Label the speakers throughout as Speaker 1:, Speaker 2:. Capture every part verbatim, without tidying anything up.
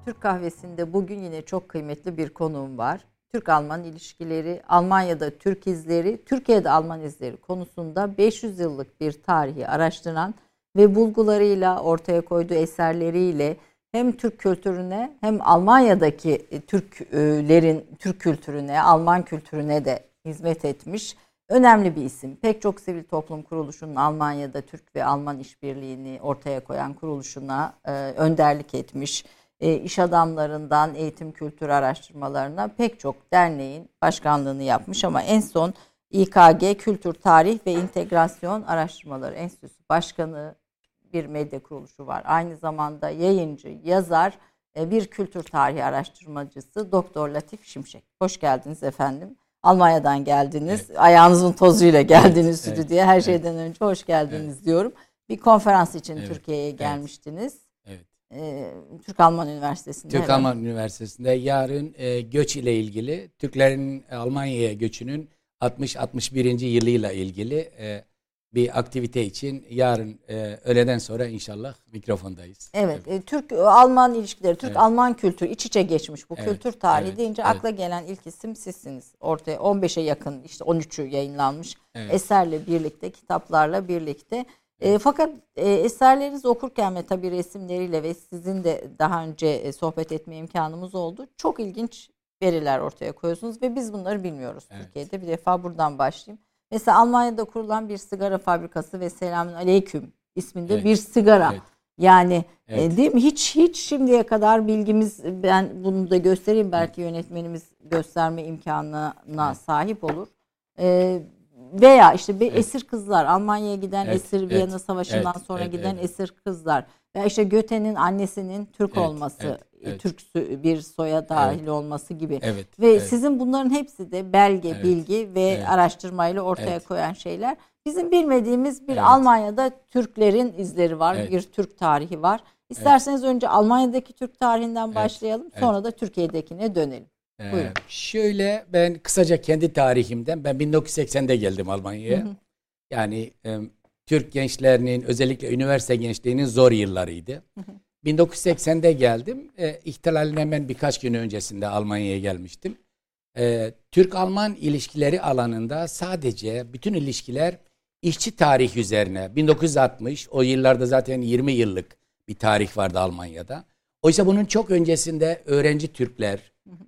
Speaker 1: Türk Kahvesi'nde bugün yine çok kıymetli bir konuğum var. Türk-Alman ilişkileri, Almanya'da Türk izleri, Türkiye'de Alman izleri konusunda beş yüz yıllık bir tarihi araştıran ve bulgularıyla, ortaya koyduğu eserleriyle hem Türk kültürüne hem Almanya'daki Türklerin Türk kültürüne, Alman kültürüne de hizmet etmiş önemli bir isim. Pek çok sivil toplum kuruluşunun Almanya'da Türk ve Alman işbirliğini ortaya koyan kuruluşuna e, önderlik etmiş. E, iş adamlarından eğitim kültür araştırmalarına pek çok derneğin başkanlığını yapmış ama en son İ K G Kültür Tarih ve İntegrasyon Araştırmaları Enstitüsü Başkanı bir medya kuruluşu var. Aynı zamanda yayıncı, yazar, e, bir kültür tarihi araştırmacısı Doktor Latif Şimşek. Hoş geldiniz efendim. Almanya'dan geldiniz. Evet. Ayağınızın tozuyla geldiniz evet, stüdyoya. Her evet. şeyden önce hoş geldiniz evet. diyorum. Bir konferans için evet. Türkiye'ye gelmiştiniz. Evet. Ee, Türk-Alman Üniversitesi'nde.
Speaker 2: Türk-Alman Üniversitesi'nde yarın e, göç ile ilgili, Türklerin Almanya'ya göçünün altmış altmış birinci yılıyla ilgili e, bir aktivite için yarın e, öğleden sonra inşallah mikrofondayız.
Speaker 1: Evet, evet. E, Türk-Alman ilişkileri, Türk-Alman evet. kültürü iç içe geçmiş bu evet. kültür tarihi evet. deyince evet. akla gelen ilk isim sizsiniz. Ortaya on beşe yakın, işte on üçü yayınlanmış evet. eserle birlikte, kitaplarla birlikte. E, fakat e, eserlerinizi okurken ve tabii resimleriyle ve sizin de daha önce e, sohbet etme imkanımız oldu. Çok ilginç veriler ortaya koyuyorsunuz ve biz bunları bilmiyoruz evet. Türkiye'de. Bir defa buradan başlayayım. Mesela Almanya'da kurulan bir sigara fabrikası ve Selamünaleyküm isminde evet. bir sigara. Evet. Yani evet. E, değil mi? Hiç hiç şimdiye kadar bilgimiz, ben bunu da göstereyim belki evet. yönetmenimiz gösterme imkanına evet. sahip olur. E, veya işte bir evet. esir kızlar, Almanya'ya giden evet. esir, Viyana evet. Savaşı'ndan evet. sonra evet. giden evet. esir kızlar. Veya işte Göte'nin annesinin Türk evet. olması, evet. Evet. Türk bir soya dahil evet. olması gibi. Evet. Ve evet. sizin bunların hepsi de belge, evet. bilgi ve evet. araştırmayla ortaya evet. koyan şeyler. Bizim bilmediğimiz bir evet. Almanya'da Türklerin izleri var, evet. bir Türk tarihi var. İsterseniz evet. önce Almanya'daki Türk tarihinden evet. başlayalım, sonra evet. da Türkiye'dekine dönelim.
Speaker 2: Ee, Buyurun. Şöyle, ben kısaca kendi tarihimden, ben bin dokuz yüz seksende geldim Almanya'ya. Hı hı. Yani e, Türk gençlerinin, özellikle üniversite gençliğinin zor yıllarıydı. Hı hı. bin dokuz yüz seksende geldim. E, ihtilalin hemen birkaç gün öncesinde Almanya'ya gelmiştim. E, Türk-Alman ilişkileri alanında sadece bütün ilişkiler işçi tarih üzerine. bin dokuz yüz altmış, o yıllarda zaten yirmi yıllık bir tarih vardı Almanya'da. Oysa bunun çok öncesinde öğrenci Türkler,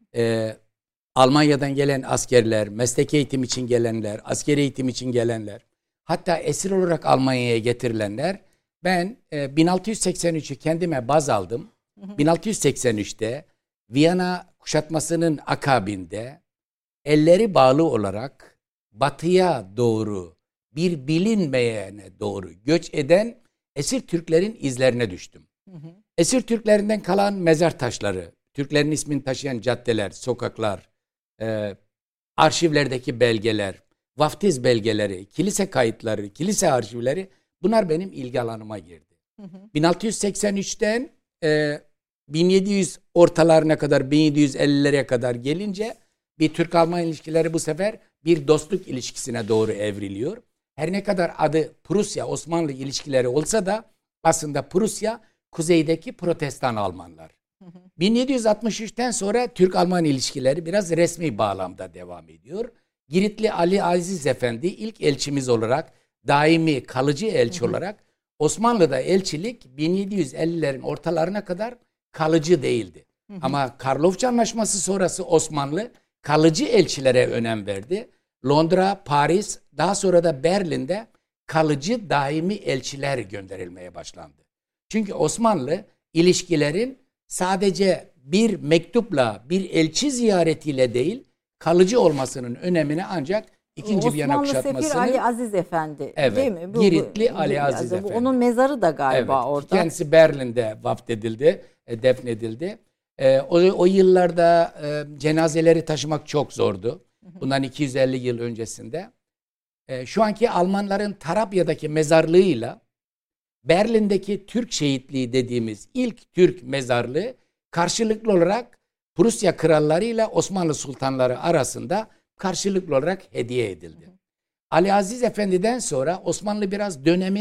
Speaker 2: e, Almanya'dan gelen askerler, meslek eğitim için gelenler, askeri eğitim için gelenler, hatta esir olarak Almanya'ya getirilenler. Ben e, bin altı yüz seksen üçü kendime baz aldım. Hı hı. bin altı yüz seksen üçte Viyana kuşatmasının akabinde elleri bağlı olarak batıya doğru, bir bilinmeyene doğru göç eden esir Türklerin izlerine düştüm. Hı hı. Esir Türklerinden kalan mezar taşları, Türklerin ismini taşıyan caddeler, sokaklar, e, arşivlerdeki belgeler, vaftiz belgeleri, kilise kayıtları, kilise arşivleri, bunlar benim ilgi alanıma girdi. Hı hı. bin altı yüz seksen üçten e, bin yedi yüz ortalarına kadar, bin yedi yüz ellilere kadar gelince bir Türk-Alman ilişkileri bu sefer bir dostluk ilişkisine doğru evriliyor. Her ne kadar adı Prusya-Osmanlı ilişkileri olsa da aslında Prusya kuzeydeki Protestan Almanlar. Hı hı. bin yedi yüz altmış üçten sonra Türk-Alman ilişkileri biraz resmi bağlamda devam ediyor. Giritli Ali Aziz Efendi ilk elçimiz olarak, daimi kalıcı elçi hı hı. olarak, Osmanlı'da elçilik bin yedi yüz ellilerin ortalarına kadar kalıcı değildi. Hı hı. Ama Karlofça Anlaşması sonrası Osmanlı kalıcı elçilere önem verdi. Londra, Paris, daha sonra da Berlin'de kalıcı daimi elçiler gönderilmeye başlandı. Çünkü Osmanlı ilişkilerin sadece bir mektupla, bir elçi ziyaretiyle değil, kalıcı olmasının önemini ancak İkinci Viyana kuşatmasının...
Speaker 1: Osmanlı Sefir Ali Aziz Efendi
Speaker 2: evet,
Speaker 1: değil mi?
Speaker 2: Bu, Giritli bu, Ali Aziz Efendi.
Speaker 1: Onun mezarı da galiba evet, orada.
Speaker 2: Kendisi Berlin'de vafdedildi, e, defnedildi. E, o, o yıllarda e, cenazeleri taşımak çok zordu. Bundan iki yüz elli yıl öncesinde. E, şu anki Almanların Tarabya'daki mezarlığıyla Berlin'deki Türk şehitliği dediğimiz ilk Türk mezarlığı karşılıklı olarak Prusya krallarıyla Osmanlı sultanları arasında karşılıklı olarak hediye edildi. Hı hı. Ali Aziz Efendi'den sonra Osmanlı biraz dönemin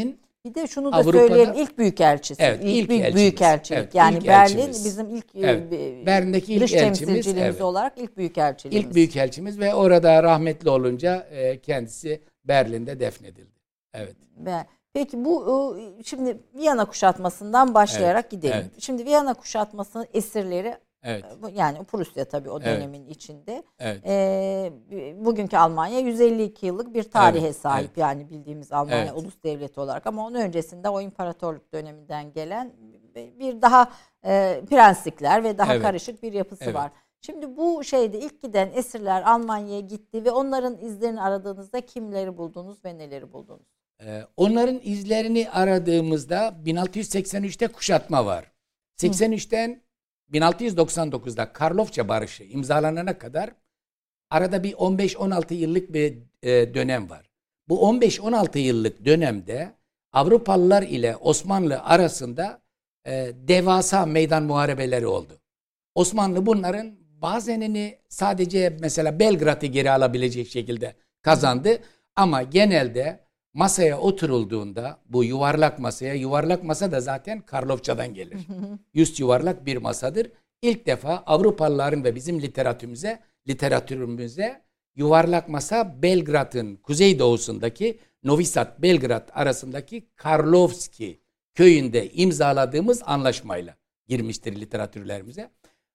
Speaker 1: Bir de şunu da
Speaker 2: Avrupa'da,
Speaker 1: söyleyelim, ilk büyükelçisi.
Speaker 2: Evet,
Speaker 1: ilk,
Speaker 2: ilk
Speaker 1: büyük,
Speaker 2: elçimiz.
Speaker 1: büyükelçilik.
Speaker 2: Evet,
Speaker 1: yani
Speaker 2: ilk
Speaker 1: Berlin
Speaker 2: elçimiz.
Speaker 1: bizim ilk
Speaker 2: Evet.
Speaker 1: e,
Speaker 2: Berlin'deki ilk
Speaker 1: dış
Speaker 2: elçimiz,
Speaker 1: temsilciliğimiz
Speaker 2: evet.
Speaker 1: olarak ilk büyükelçiliğimiz.
Speaker 2: İlk büyükelçimiz ve orada rahmetli olunca e, kendisi Berlin'de defnedildi. Evet.
Speaker 1: Peki bu şimdi Viyana kuşatmasından başlayarak evet, gidelim. Evet. Şimdi Viyana kuşatmasının esirleri, evet, yani Prusya tabii o dönemin evet, içinde. Evet. E, bugünkü Almanya yüz elli iki yıllık bir tarihe evet, sahip, evet, yani bildiğimiz Almanya evet, ulus devleti olarak, ama onun öncesinde o imparatorluk döneminden gelen bir daha e, prenslikler ve daha evet, karışık bir yapısı evet, var. Şimdi bu şeyde ilk giden esirler Almanya'ya gitti ve onların izlerini aradığınızda kimleri buldunuz ve neleri buldunuz?
Speaker 2: Ee, onların izlerini aradığımızda bin altı yüz seksen üçte kuşatma var. seksen üçten bin altı yüz doksan dokuzda Karlofça Barışı imzalanana kadar arada bir on beş on altı yıllık bir e, dönem var. Bu on beş on altı yıllık dönemde Avrupalılar ile Osmanlı arasında e, devasa meydan muharebeleri oldu. Osmanlı bunların bazenini sadece mesela Belgrad'ı geri alabilecek şekilde kazandı, ama genelde masaya oturulduğunda bu yuvarlak masaya, yuvarlak masa da zaten Karlofça'dan gelir. Yüz yuvarlak bir masadır. İlk defa Avrupalıların ve bizim literatürümüze, literatürümüze yuvarlak masa Belgrad'ın kuzeydoğusundaki Novi Sad, Belgrad arasındaki Karlovski köyünde imzaladığımız anlaşmayla girmiştir literatürlerimize.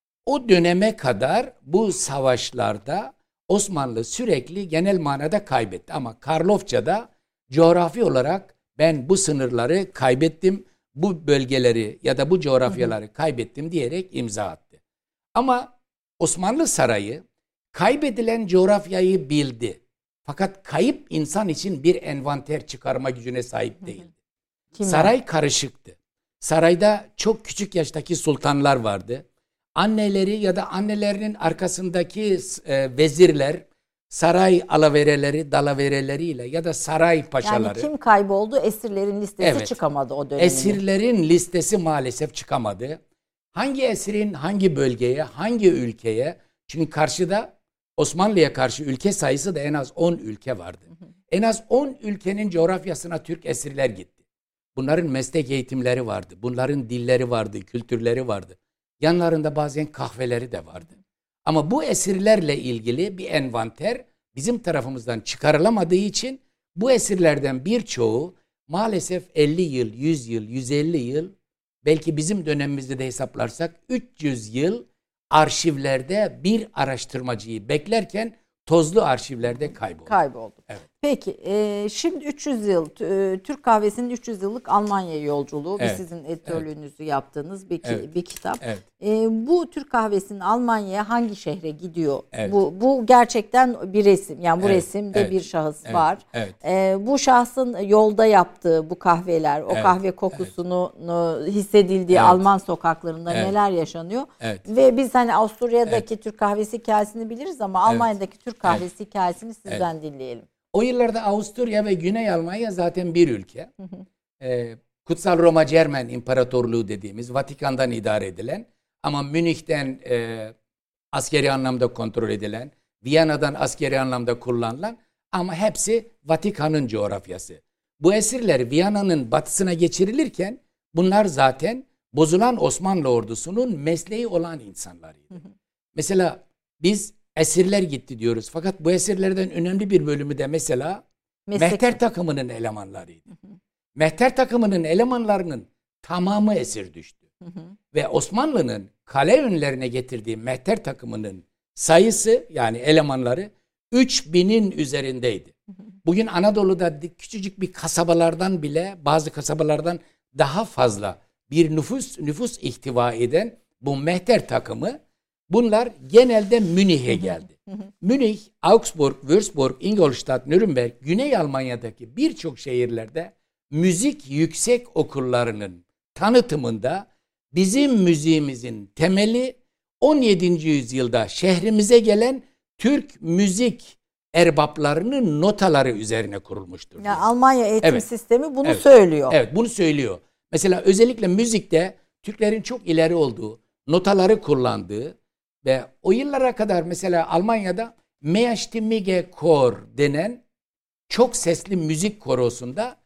Speaker 2: O döneme kadar bu savaşlarda Osmanlı sürekli genel manada kaybetti, ama Karlofça'da coğrafi olarak ben bu sınırları kaybettim, bu bölgeleri ya da bu coğrafyaları kaybettim diyerek imza attı. Ama Osmanlı Sarayı kaybedilen coğrafyayı bildi. Fakat kayıp insan için bir envanter çıkarma gücüne sahip değildi. Kimler? Saray karışıktı. Sarayda çok küçük yaştaki sultanlar vardı. Anneleri ya da annelerinin arkasındaki e, vezirler, saray alavereleri, dalavereleriyle ya da saray paşaları.
Speaker 1: Yani kim kayboldu? Esirlerin listesi evet, çıkamadı o dönemde.
Speaker 2: Esirlerin listesi maalesef çıkamadı. Hangi esirin hangi bölgeye, hangi ülkeye? Çünkü karşıda Osmanlı'ya karşı ülke sayısı da en az on ülke vardı. Hı hı. En az on ülkenin coğrafyasına Türk esirler gitti. Bunların meslek eğitimleri vardı. Bunların dilleri vardı, kültürleri vardı. Yanlarında bazen kahveleri de vardı. Ama bu esirlerle ilgili bir envanter bizim tarafımızdan çıkarılamadığı için bu esirlerden birçoğu maalesef elli yıl, yüz yıl, yüz elli yıl, belki bizim dönemimizde de hesaplarsak üç yüz yıl arşivlerde bir araştırmacıyı beklerken tozlu arşivlerde kayboldu.
Speaker 1: Kayboldu.
Speaker 2: Evet.
Speaker 1: Peki e, şimdi üç yüz yıl e, Türk kahvesinin üç yüz yıllık Almanya yolculuğu, evet, sizin editörlüğünüzü evet, yaptığınız bir, evet, bir kitap. Evet. E, bu Türk kahvesinin Almanya'ya hangi şehre gidiyor? Evet. Bu bu gerçekten bir resim. Yani bu evet, resimde evet, bir şahıs evet, var. Evet. E, bu şahsın yolda yaptığı bu kahveler, o evet, kahve kokusunu evet, hissedildiği evet, Alman sokaklarında evet, neler yaşanıyor? Evet. Ve biz hani Avusturya'daki evet, Türk kahvesi hikayesini biliriz ama evet, Almanya'daki Türk kahvesi evet, hikayesini sizden evet, dinleyelim.
Speaker 2: O yıllarda Avusturya ve Güney Almanya zaten bir ülke. Hı hı. Ee, Kutsal Roma Cermen İmparatorluğu dediğimiz Vatikan'dan idare edilen ama Münih'ten e, askeri anlamda kontrol edilen, Viyana'dan askeri anlamda kullanılan ama hepsi Vatikan'ın coğrafyası. Bu esirler Viyana'nın batısına geçirilirken bunlar zaten bozulan Osmanlı ordusunun mesleği olan insanlarıydı. Hı hı. Mesela biz esirler gitti diyoruz. Fakat bu esirlerden önemli bir bölümü de mesela Meslek mehter takımının elemanlarıydı. Hı hı. Mehter takımının elemanlarının tamamı esir düştü. Hı hı. Ve Osmanlı'nın kale önlerine getirdiği mehter takımının sayısı, yani elemanları üç binin üzerindeydi. Hı hı. Bugün Anadolu'da küçücük bir kasabalardan bile, bazı kasabalardan daha fazla bir nüfus nüfus ihtiva eden bu mehter takımı, bunlar genelde Münih'e geldi. Hı hı. Münih, Augsburg, Würzburg, Ingolstadt, Nürnberg, Güney Almanya'daki birçok şehirlerde müzik yüksek okullarının tanıtımında bizim müziğimizin temeli on yedinci yüzyılda şehrimize gelen Türk müzik erbaplarının notaları üzerine kurulmuştur.
Speaker 1: Yani Almanya eğitim evet, sistemi bunu
Speaker 2: evet,
Speaker 1: söylüyor.
Speaker 2: Evet, bunu söylüyor. Mesela özellikle müzikte Türklerin çok ileri olduğu, notaları kullandığı ve o yıllara kadar mesela Almanya'da Meerstimmige Chor denen çok sesli müzik korosunda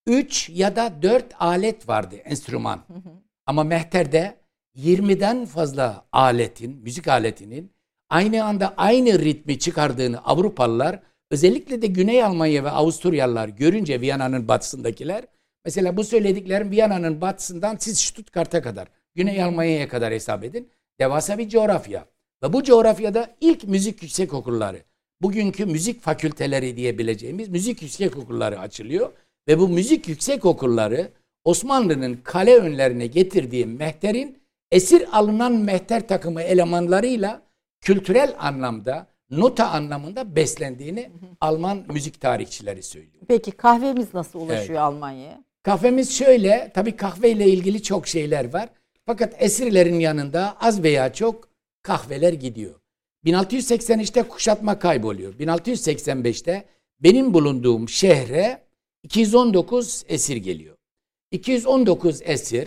Speaker 2: üç ya da dört alet vardı, enstrüman. Hı hı. Ama Mehter'de yirmiden fazla aletin, müzik aletinin aynı anda aynı ritmi çıkardığını Avrupalılar, özellikle de Güney Almanya ve Avusturyalılar görünce, Viyana'nın batısındakiler, mesela bu söylediklerim Viyana'nın batısından siz Stuttgart'a kadar, Güney Almanya'ya kadar hesap edin. Devasa bir coğrafya. Ve bu coğrafyada ilk müzik yüksekokulları, bugünkü müzik fakülteleri diyebileceğimiz müzik yüksekokulları açılıyor. Ve bu müzik yüksekokulları Osmanlı'nın kale önlerine getirdiği Mehter'in esir alınan Mehter takımı elemanlarıyla kültürel anlamda, nota anlamında beslendiğini hı hı. Alman müzik tarihçileri söylüyor.
Speaker 1: Peki kahvemiz nasıl ulaşıyor evet. Almanya'ya?
Speaker 2: Kahvemiz şöyle, tabii kahveyle ilgili çok şeyler var. Fakat esirlerin yanında az veya çok kahveler gidiyor. bin altı yüz seksen üçte kuşatma kayboluyor. bin altı yüz seksen beşte benim bulunduğum şehre iki yüz on dokuz esir geliyor. iki yüz on dokuz esir.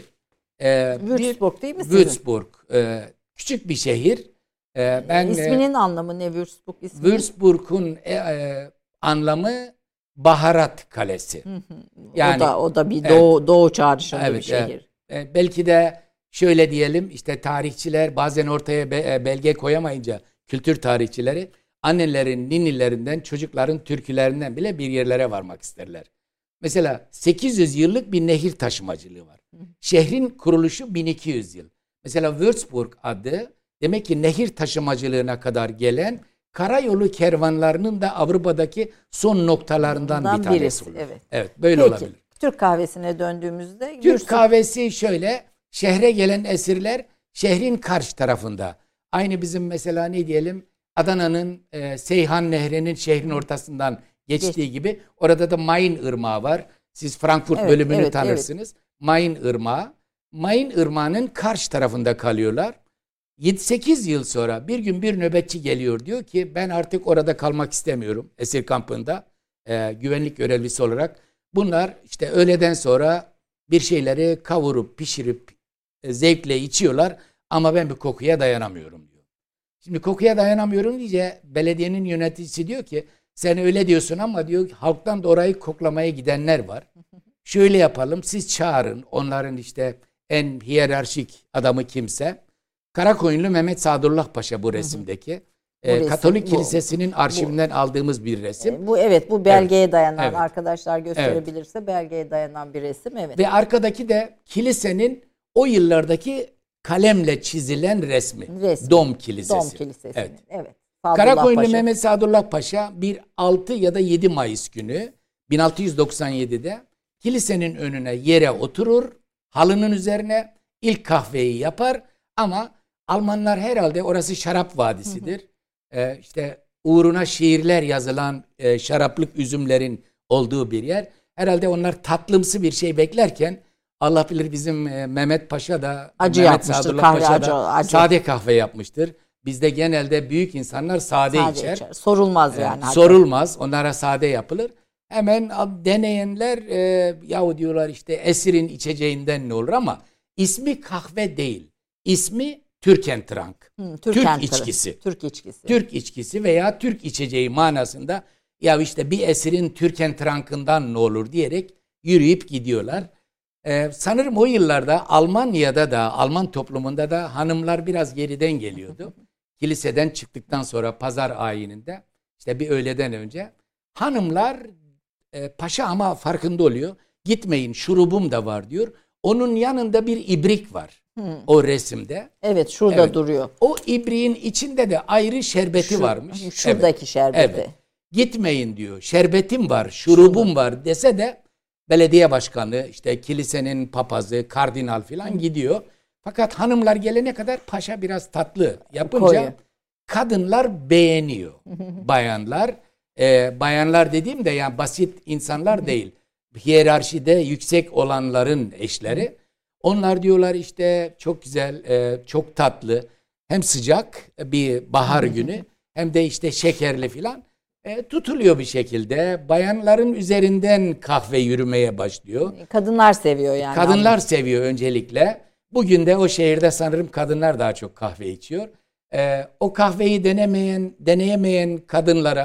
Speaker 1: E, Würzburg değil mi sizin?
Speaker 2: Würzburg. E, küçük bir şehir. E, ben
Speaker 1: İsminin e, anlamı ne Würzburg ismi?
Speaker 2: Würzburg'un e, e, anlamı baharat kalesi. Hı hı.
Speaker 1: Yani, o da o da bir doğu, evet, doğu çağrışımlı evet, bir şehir.
Speaker 2: Evet. E, belki de şöyle diyelim, işte tarihçiler bazen ortaya be, belge koyamayınca kültür tarihçileri annelerin ninnilerinden, çocukların türkülerinden bile bir yerlere varmak isterler. Mesela sekiz yüz yıllık bir nehir taşımacılığı var. Şehrin kuruluşu bin iki yüz yıl. Mesela Würzburg adı demek ki nehir taşımacılığına kadar gelen karayolu kervanlarının da Avrupa'daki son noktalarından Bundan bir tanesi birisi, olur. Evet. Evet, böyle
Speaker 1: Peki,
Speaker 2: olabilir.
Speaker 1: Türk kahvesine döndüğümüzde
Speaker 2: Türk Würzburg... kahvesi şöyle, şehre gelen esirler şehrin karşı tarafında. Aynı bizim mesela ne diyelim, Adana'nın e, Seyhan Nehri'nin şehrin ortasından geçtiği Geç. gibi orada da Main Irmağı var. Siz Frankfurt evet, bölümünü evet, tanırsınız. Evet. Main Irmağı. Main Irmağı'nın karşı tarafında kalıyorlar. yedi sekiz yıl sonra bir gün bir nöbetçi geliyor, diyor ki ben artık orada kalmak istemiyorum esir kampında e, güvenlik görevlisi olarak. Bunlar işte öğleden sonra bir şeyleri kavurup pişirip e, zevkle içiyorlar ama ben bir kokuya dayanamıyorum diyor. Şimdi kokuya dayanamıyorum diye belediyenin yöneticisi diyor ki sen öyle diyorsun ama diyor halktan da orayı koklamaya gidenler var. Şöyle yapalım, siz çağırın onların işte en hiyerarşik adamı kimse. Karakoyunlu Mehmet Sadullah Paşa bu resimdeki. Bu e, resim, Katolik bu, Kilisesi'nin arşivinden bu, aldığımız bir resim.
Speaker 1: E, bu evet bu belgeye evet, dayanan evet, arkadaşlar gösterebilirse evet, belgeye dayanan bir resim evet.
Speaker 2: Ve arkadaki de kilisenin o yıllardaki kalemle çizilen resmi. resmi. Dom Kilisesi.
Speaker 1: Dom Kilisesi. Evet. evet.
Speaker 2: Karakoyunlu Mehmet Sadullah Paşa bir altı ya da yedi Mayıs günü bin altı yüz doksan yedide kilisenin önüne yere oturur, halının üzerine ilk kahveyi yapar ama Almanlar herhalde orası şarap vadisidir. Hı hı. Ee, işte uğruna şiirler yazılan e, şaraplık üzümlerin olduğu bir yer. Herhalde onlar tatlımsı bir şey beklerken Allah bilir bizim e, Mehmet Paşa da
Speaker 1: acı
Speaker 2: Mehmet
Speaker 1: yapmıştır,
Speaker 2: Sadullah
Speaker 1: kahve,
Speaker 2: Paşa
Speaker 1: acı,
Speaker 2: da acı. sade kahve yapmıştır. Bizde genelde büyük insanlar sade, sade içer. içer.
Speaker 1: Sorulmaz yani.
Speaker 2: Ee, sorulmaz. Onlara sade yapılır. Hemen deneyenler e, yahu diyorlar işte esirin içeceğinden ne olur ama ismi kahve değil. İsmi Türkentrank.
Speaker 1: Hı,
Speaker 2: Türk içkisi.
Speaker 1: Türk içkisi.
Speaker 2: Türk içkisi veya Türk içeceği manasında ya işte bir esirin Türkentrank'ından ne olur diyerek yürüyüp gidiyorlar. Ee, sanırım o yıllarda Almanya'da da Alman toplumunda da hanımlar biraz geriden geliyordu. Kiliseden çıktıktan sonra pazar ayininde işte bir öğleden önce hanımlar e, paşa ama farkında oluyor. Gitmeyin şurubum da var diyor. Onun yanında bir ibrik var. Hmm. O resimde.
Speaker 1: Evet şurada evet, duruyor.
Speaker 2: O ibriğin içinde de ayrı şerbeti Şu, varmış.
Speaker 1: Şuradaki evet, şerbeti.
Speaker 2: Evet. Gitmeyin diyor. Şerbetim var, şurubum Şurada. var dese de belediye başkanı, işte kilisenin papazı, kardinal falan gidiyor. Fakat hanımlar gelene kadar paşa biraz tatlı yapınca Koyu. kadınlar beğeniyor. Bayanlar, e, bayanlar dediğim de yani basit insanlar değil. Hiyerarşide yüksek olanların eşleri. Onlar diyorlar işte çok güzel, e, çok tatlı. Hem sıcak bir bahar günü hem de işte şekerli filan. E, tutuluyor bir şekilde. Bayanların üzerinden kahve yürümeye başlıyor.
Speaker 1: Kadınlar seviyor yani.
Speaker 2: Kadınlar ama. seviyor öncelikle. Bugün de o şehirde sanırım kadınlar daha çok kahve içiyor. E, o kahveyi denemeyen, deneyemeyen kadınlara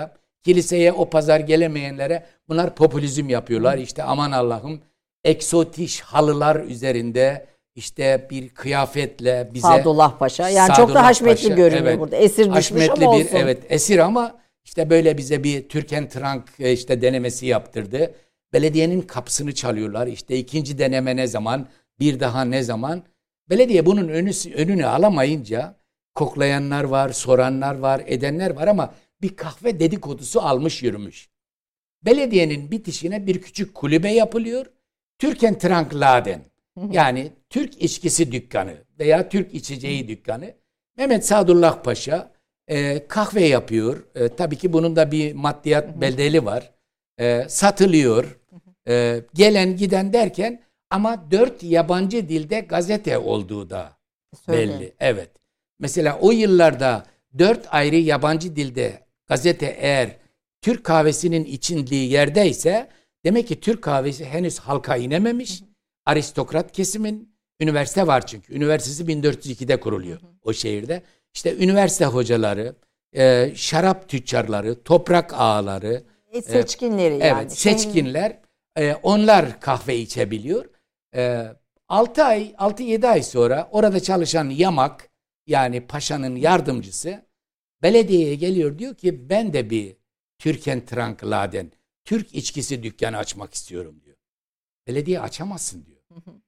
Speaker 2: Kiliseye o pazar gelemeyenlere bunlar popülizm yapıyorlar. İşte aman Allah'ım eksotik halılar üzerinde işte bir kıyafetle bize
Speaker 1: Sadullah Paşa yani Sadullah çok da haşmetli Paşa, görünüyor evet, burada. Esir düşmüş haşmetli ama olsun.
Speaker 2: Bir, evet esir ama işte böyle bize bir Türkentrunk işte denemesi yaptırdı. Belediyenin kapısını çalıyorlar. İşte ikinci deneme ne zaman? Bir daha ne zaman? Belediye bunun önü, önünü alamayınca koklayanlar var, soranlar var, edenler var ama bir kahve dedikodusu almış yürümüş. Belediyenin bitişine bir küçük kulübe yapılıyor. Türkentrunk Laden. Yani Türk içkisi dükkanı veya Türk içeceği dükkanı. Mehmet Sadullah Paşa e, kahve yapıyor. E, tabii ki bunun da bir maddiyat bedeli var. E, satılıyor. E, gelen giden derken ama dört yabancı dilde gazete olduğu da Söyle. belli. Evet. Mesela o yıllarda dört ayrı yabancı dilde gazete eğer Türk kahvesinin içildiği yerdeyse demek ki Türk kahvesi henüz halka inememiş. Hı hı. Aristokrat kesimin üniversite var çünkü. Üniversitesi bin dört yüz ikide kuruluyor hı hı. o şehirde. İşte üniversite hocaları, e, şarap tüccarları, toprak ağaları.
Speaker 1: E, seçkinleri
Speaker 2: e,
Speaker 1: yani.
Speaker 2: Evet seçkinler. E, onlar kahve içebiliyor. E, altı ay, altı yedi ay sonra orada çalışan yamak yani paşanın yardımcısı belediyeye geliyor diyor ki ben de bir Türkentrunk Laden Türk içkisi dükkanı açmak istiyorum diyor. Belediye açamazsın diyor.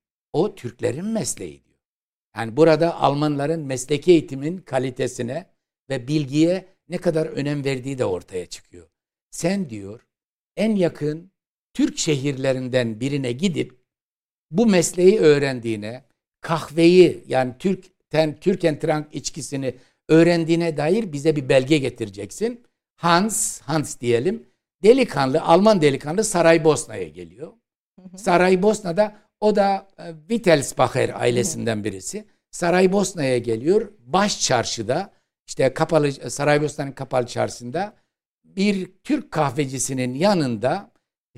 Speaker 2: O Türklerin mesleği diyor. Yani burada Almanların mesleki eğitimin kalitesine ve bilgiye ne kadar önem verdiği de ortaya çıkıyor. Sen diyor en yakın Türk şehirlerinden birine gidip bu mesleği öğrendiğine, kahveyi yani Türk'ten Türkentrunk içkisini öğrendiğine dair bize bir belge getireceksin. Hans, Hans diyelim, delikanlı, Alman delikanlı Saraybosna'ya geliyor. Hı hı. Saraybosna'da o da e, Wittelsbacher ailesinden birisi. Saraybosna'ya geliyor. Baş çarşıda işte kapalı Saraybosna'nın kapalı çarşısında bir Türk kahvecisinin yanında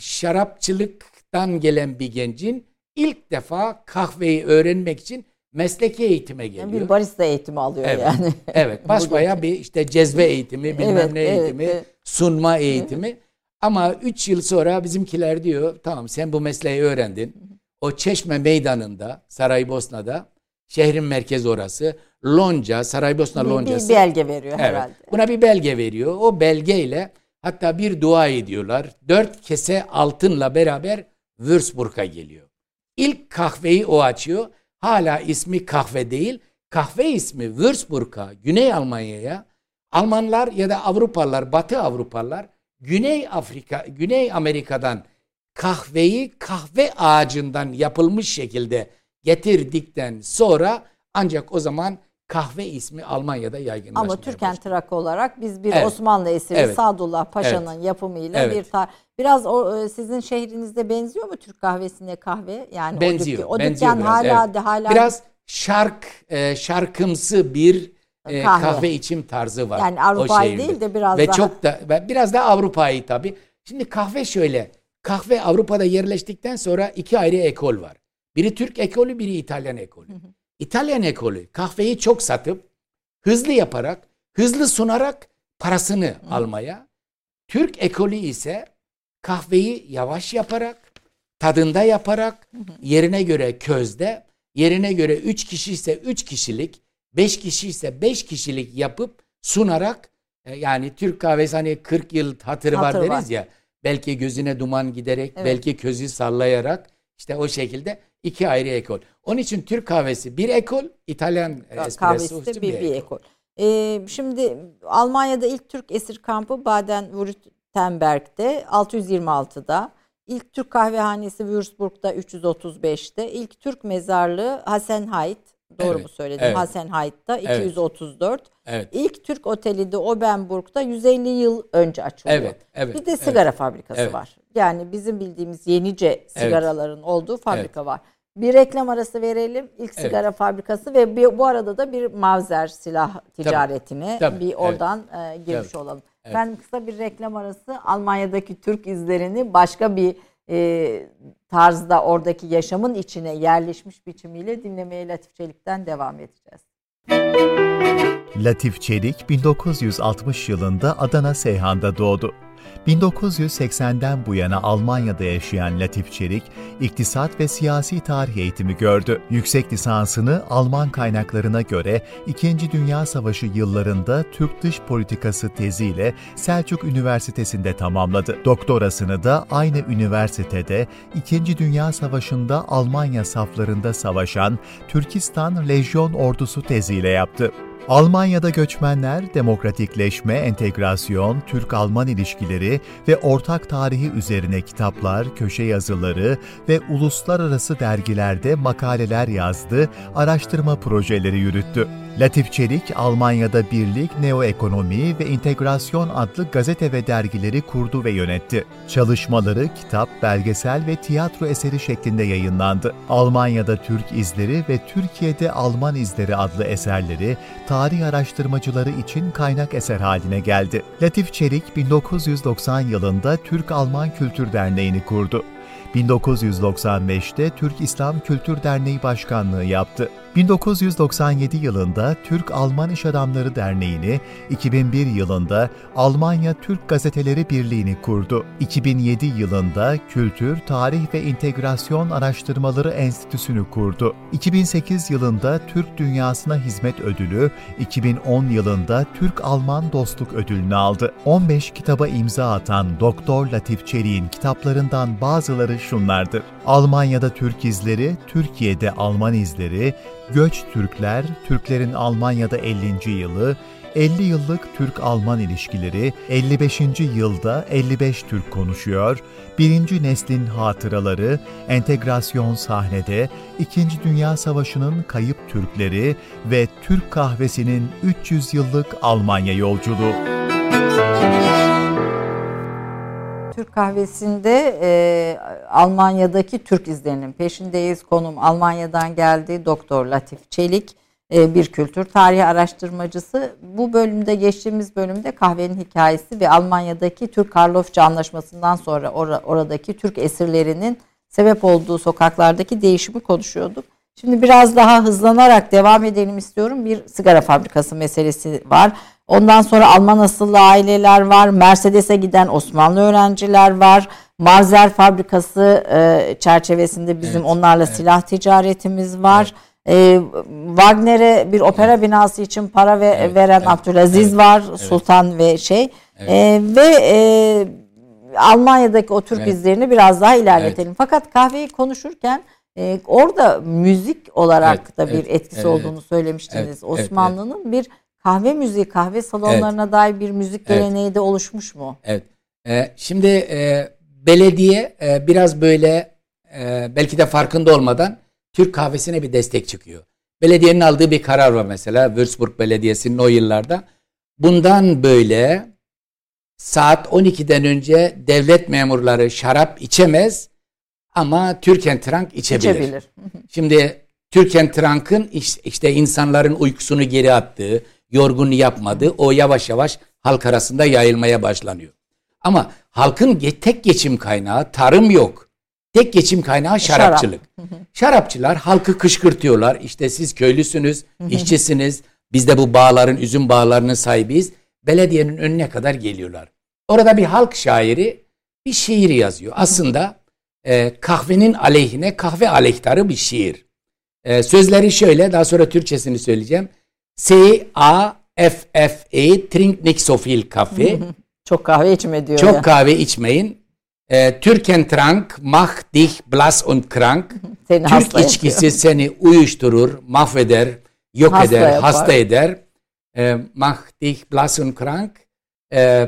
Speaker 2: şarapçılıktan gelen bir gencin ilk defa kahveyi öğrenmek için mesleki eğitime geliyor.
Speaker 1: Yani bir barista eğitimi alıyor
Speaker 2: evet,
Speaker 1: yani.
Speaker 2: Evet. Basbayağı bir işte cezve eğitimi, bilmem evet, ne eğitimi, evet, evet. sunma eğitimi. Evet. Ama üç yıl sonra bizimkiler diyor tamam sen bu mesleği öğrendin. O Çeşme Meydanı'nda, Saraybosna'da, şehrin merkezi orası. Lonca, Saraybosna Loncası.
Speaker 1: Bir belge veriyor
Speaker 2: evet,
Speaker 1: herhalde.
Speaker 2: Buna bir belge veriyor. O belgeyle hatta bir dua ediyorlar. Dört kese altınla beraber Würzburg'a geliyor. İlk kahveyi o açıyor. Hala ismi kahve değil. Kahve ismi Würzburg'a, Güney Almanya'ya Almanlar ya da Avrupalılar, Batı Avrupalılar Güney Afrika, Güney Amerika'dan kahveyi kahve ağacından yapılmış şekilde getirdikten sonra ancak o zaman kahve ismi Almanya'da yaygınlaşmaya
Speaker 1: başladı. Ama Türkentrunk olarak biz bir
Speaker 2: evet.
Speaker 1: Osmanlı eseri evet. Sadullah Paşa'nın evet. yapımıyla evet. bir tar biraz o sizin şehrinizde benziyor mu Türk kahvesine kahve? Yani
Speaker 2: benziyor.
Speaker 1: O, dükkan, o
Speaker 2: benziyor
Speaker 1: dükkan
Speaker 2: biraz,
Speaker 1: hala
Speaker 2: evet.
Speaker 1: de hala
Speaker 2: biraz şark e, şarkımsı bir e, kahve. kahve içim tarzı var.
Speaker 1: Yani Avrupa'yı değil de biraz
Speaker 2: ve
Speaker 1: daha.
Speaker 2: Ve çok da biraz da Avrupa'yı tabii. Şimdi kahve şöyle. Kahve Avrupa'da yerleştikten sonra iki ayrı ekol var. Biri Türk ekolü, biri İtalyan ekolü. Hı hı. İtalyan ekolü kahveyi çok satıp hızlı yaparak, hızlı sunarak parasını hı. almaya. Türk ekolü ise kahveyi yavaş yaparak, tadında yaparak, hı hı. yerine göre közde, yerine göre üç kişi ise üç kişilik, beş kişi ise beş kişilik yapıp sunarak yani Türk kahvesi hani kırk yıl hatırı Hatır var deriz var. ya. Belki gözüne duman giderek, evet. belki közü sallayarak işte o şekilde iki ayrı ekol. Onun için Türk kahvesi bir ekol, İtalyan espresso
Speaker 1: bir,
Speaker 2: bir, bir ekol.
Speaker 1: ekol. Ee, şimdi Almanya'da ilk Türk esir kampı Baden-Württemberg'de altı yüz yirmi altıda, ilk Türk kahvehanesi Würzburg'da üç yüz otuz beşte, ilk Türk mezarlığı Hasenheit, doğru evet, mu söyledim? Evet. Hasenheit'ta iki yüz otuz dört. Evet. İlk Türk oteli de Obenburg'da yüz elli yıl önce açılıyor. Evet, evet, bir de sigara evet. fabrikası evet. var. Yani bizim bildiğimiz yenice sigaraların evet. olduğu fabrika evet. var. Bir reklam arası verelim. İlk evet. sigara fabrikası ve bir, bu arada da bir Mauser silah ticaretine tabii, tabii, bir oradan evet. e, girmiş tabii. olalım. Evet. Ben kısa bir reklam arası Almanya'daki Türk izlerini başka bir e, tarzda oradaki yaşamın içine yerleşmiş biçimiyle dinlemeye Latif Çelik'ten devam edeceğiz.
Speaker 3: Latif Çelik bin dokuz yüz altmış yılında Adana Seyhan'da doğdu. bin dokuz yüz seksenden bu yana Almanya'da yaşayan Latif Çelik, iktisat ve siyasi tarih eğitimi gördü. Yüksek lisansını Alman kaynaklarına göre İkinci Dünya Savaşı yıllarında Türk dış politikası teziyle Selçuk Üniversitesi'nde tamamladı. Doktorasını da aynı üniversitede İkinci Dünya Savaşı'nda Almanya saflarında savaşan Türkistan Lejyon Ordusu teziyle yaptı. Almanya'da göçmenler, demokratikleşme, entegrasyon, Türk-Alman ilişkileri ve ortak tarihi üzerine kitaplar, köşe yazıları ve uluslararası dergilerde makaleler yazdı, araştırma projeleri yürüttü. Latif Çelik, Almanya'da Birlik, Neoekonomi ve İntegrasyon adlı gazete ve dergileri kurdu ve yönetti. Çalışmaları kitap, belgesel ve tiyatro eseri şeklinde yayınlandı. Almanya'da Türk İzleri ve Türkiye'de Alman İzleri adlı eserleri, tarih araştırmacıları için kaynak eser haline geldi. Latif Çelik, bin dokuz yüz doksan yılında Türk-Alman Kültür Derneği'ni kurdu. bin dokuz yüz doksan beşte Türk İslam Kültür Derneği Başkanlığı yaptı. bin dokuz yüz doksan yedi yılında Türk-Alman İş Adamları Derneği'ni, iki bin bir yılında Almanya Türk Gazeteleri Birliği'ni kurdu. iki bin yedi yılında Kültür, Tarih ve İntegrasyon Araştırmaları Enstitüsü'nü kurdu. iki bin sekiz yılında Türk Dünyasına Hizmet Ödülü, iki bin on yılında Türk-Alman Dostluk Ödülünü aldı. on beş kitaba imza atan Doktor Latif Çelik'in kitaplarından bazıları şunlardır: Almanya'da Türk İzleri, Türkiye'de Alman İzleri, Göç Türkler, Türklerin Almanya'da ellinci yılı, elli yıllık Türk-Alman ilişkileri, elli beşinci yılda elli beş Türk konuşuyor, birinci neslin hatıraları, entegrasyon sahnede, İkinci Dünya Savaşı'nın kayıp Türkleri ve Türk kahvesinin üç yüz yıllık Almanya yolculuğu.
Speaker 1: Türk kahvesinde e, Almanya'daki Türk izlerinin peşindeyiz. Konum Almanya'dan geldi. Doktor Latif Çelik, e, bir kültür tarihi araştırmacısı. Bu bölümde, geçtiğimiz bölümde kahvenin hikayesi ve Almanya'daki Türk-Karlofça Anlaşması'ndan sonra or- oradaki Türk esirlerinin sebep olduğu sokaklardaki değişimi konuşuyorduk. Şimdi biraz daha hızlanarak devam edelim istiyorum. Bir sigara fabrikası meselesi var. Ondan sonra Alman asıllı aileler var. Mercedes'e giden Osmanlı öğrenciler var. Marzer fabrikası e, çerçevesinde bizim evet, onlarla evet. silah ticaretimiz var. Evet. E, Wagner'e bir opera evet. binası için para ve, evet, veren evet, Abdülaziz evet, var. Evet. Sultan ve şey. Evet. E, ve e, Almanya'daki o Türk evet. izlerini biraz daha ilerletelim. Evet. Fakat kahveyi konuşurken e, orada müzik olarak evet, da bir evet, etkisi evet, olduğunu söylemiştiniz. Evet, Osmanlı'nın evet. bir kahve müziği, kahve salonlarına evet. dair bir müzik geleneği evet. de oluşmuş mu?
Speaker 2: Evet. Ee, şimdi e, belediye e, biraz böyle e, belki de farkında olmadan Türk kahvesine bir destek çıkıyor. Belediyenin aldığı bir karar var mesela. Würzburg Belediyesi'nin o yıllarda. Bundan böyle saat on ikiden önce devlet memurları şarap içemez ama Türkentrank içebilir. İçebilir. Şimdi Türkentrank'ın işte insanların uykusunu geri attığı, yorgun yapmadığı o yavaş yavaş halk arasında yayılmaya başlanıyor. Ama halkın tek geçim kaynağı tarım yok. Tek geçim kaynağı şarapçılık. Şarap. Şarapçılar halkı kışkırtıyorlar. İşte siz köylüsünüz, işçisiniz. Biz de bu bağların, üzüm bağlarının sahibiyiz. Belediyenin önüne kadar geliyorlar. Orada bir halk şairi bir şiir yazıyor. Aslında e, kahvenin aleyhine, kahve aleyhtarı bir şiir. E, sözleri şöyle, daha sonra Türkçesini söyleyeceğim. C A F F E trink nicht so viel Kaffee.
Speaker 1: Çok kahve içme diyor.
Speaker 2: Çok
Speaker 1: ya.
Speaker 2: kahve içmeyin. E, Türkentrank macht dich blass und krank.
Speaker 1: Seni
Speaker 2: Türk içkisi yapıyor. Seni uyuşturur, mahveder, yok hasta eder, yapar. hasta eder. E, macht dich blass und krank. E,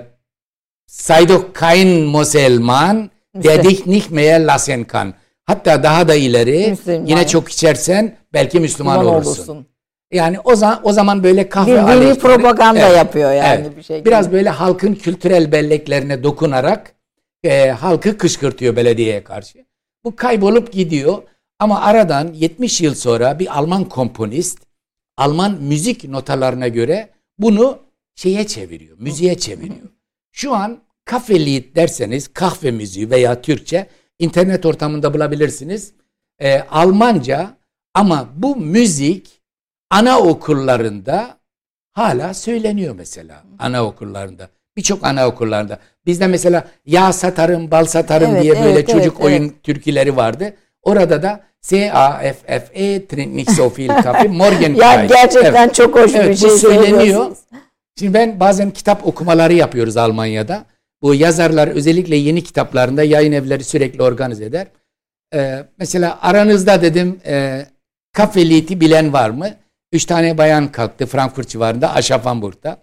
Speaker 2: sei doch kein Muselman, der dich nicht mehr lassen kann. Hatta daha da ileri Müslüman. Yine çok içersen belki Müslüman, Müslüman olursun. olursun. Yani o zaman o zaman böyle kahve aleyhtarı
Speaker 1: propaganda evet, yapıyor yani
Speaker 2: evet.
Speaker 1: bir şey.
Speaker 2: Biraz böyle halkın kültürel belleklerine dokunarak e, halkı kışkırtıyor belediyeye karşı. Bu kaybolup gidiyor ama aradan yetmiş yıl sonra bir Alman komponist Alman müzik notalarına göre bunu şeye çeviriyor, müziğe çeviriyor. Şu an Kaffelied derseniz kahve müziği veya Türkçe internet ortamında bulabilirsiniz. E, Almanca ama bu müzik anaokullarında hala söyleniyor mesela. Anaokullarında. Birçok anaokullarında. Bizde mesela yağ satarım, bal satarım
Speaker 1: evet,
Speaker 2: diye böyle
Speaker 1: evet,
Speaker 2: çocuk
Speaker 1: evet,
Speaker 2: oyun
Speaker 1: evet.
Speaker 2: türküleri vardı. Orada da S A F F E Trinixofil Kafi Morgen
Speaker 1: Ya gerçekten evet. çok hoş
Speaker 2: evet,
Speaker 1: bir şey
Speaker 2: bu söyleniyor.
Speaker 1: söylüyorsunuz.
Speaker 2: Şimdi ben bazen kitap okumaları yapıyoruz Almanya'da. Bu yazarlar özellikle yeni kitaplarında yayın evleri sürekli organize eder. Ee, mesela aranızda dedim e, Kafelit'i bilen var mı? Üç tane bayan kalktı Frankfurt civarında, Aschaffenburg'da.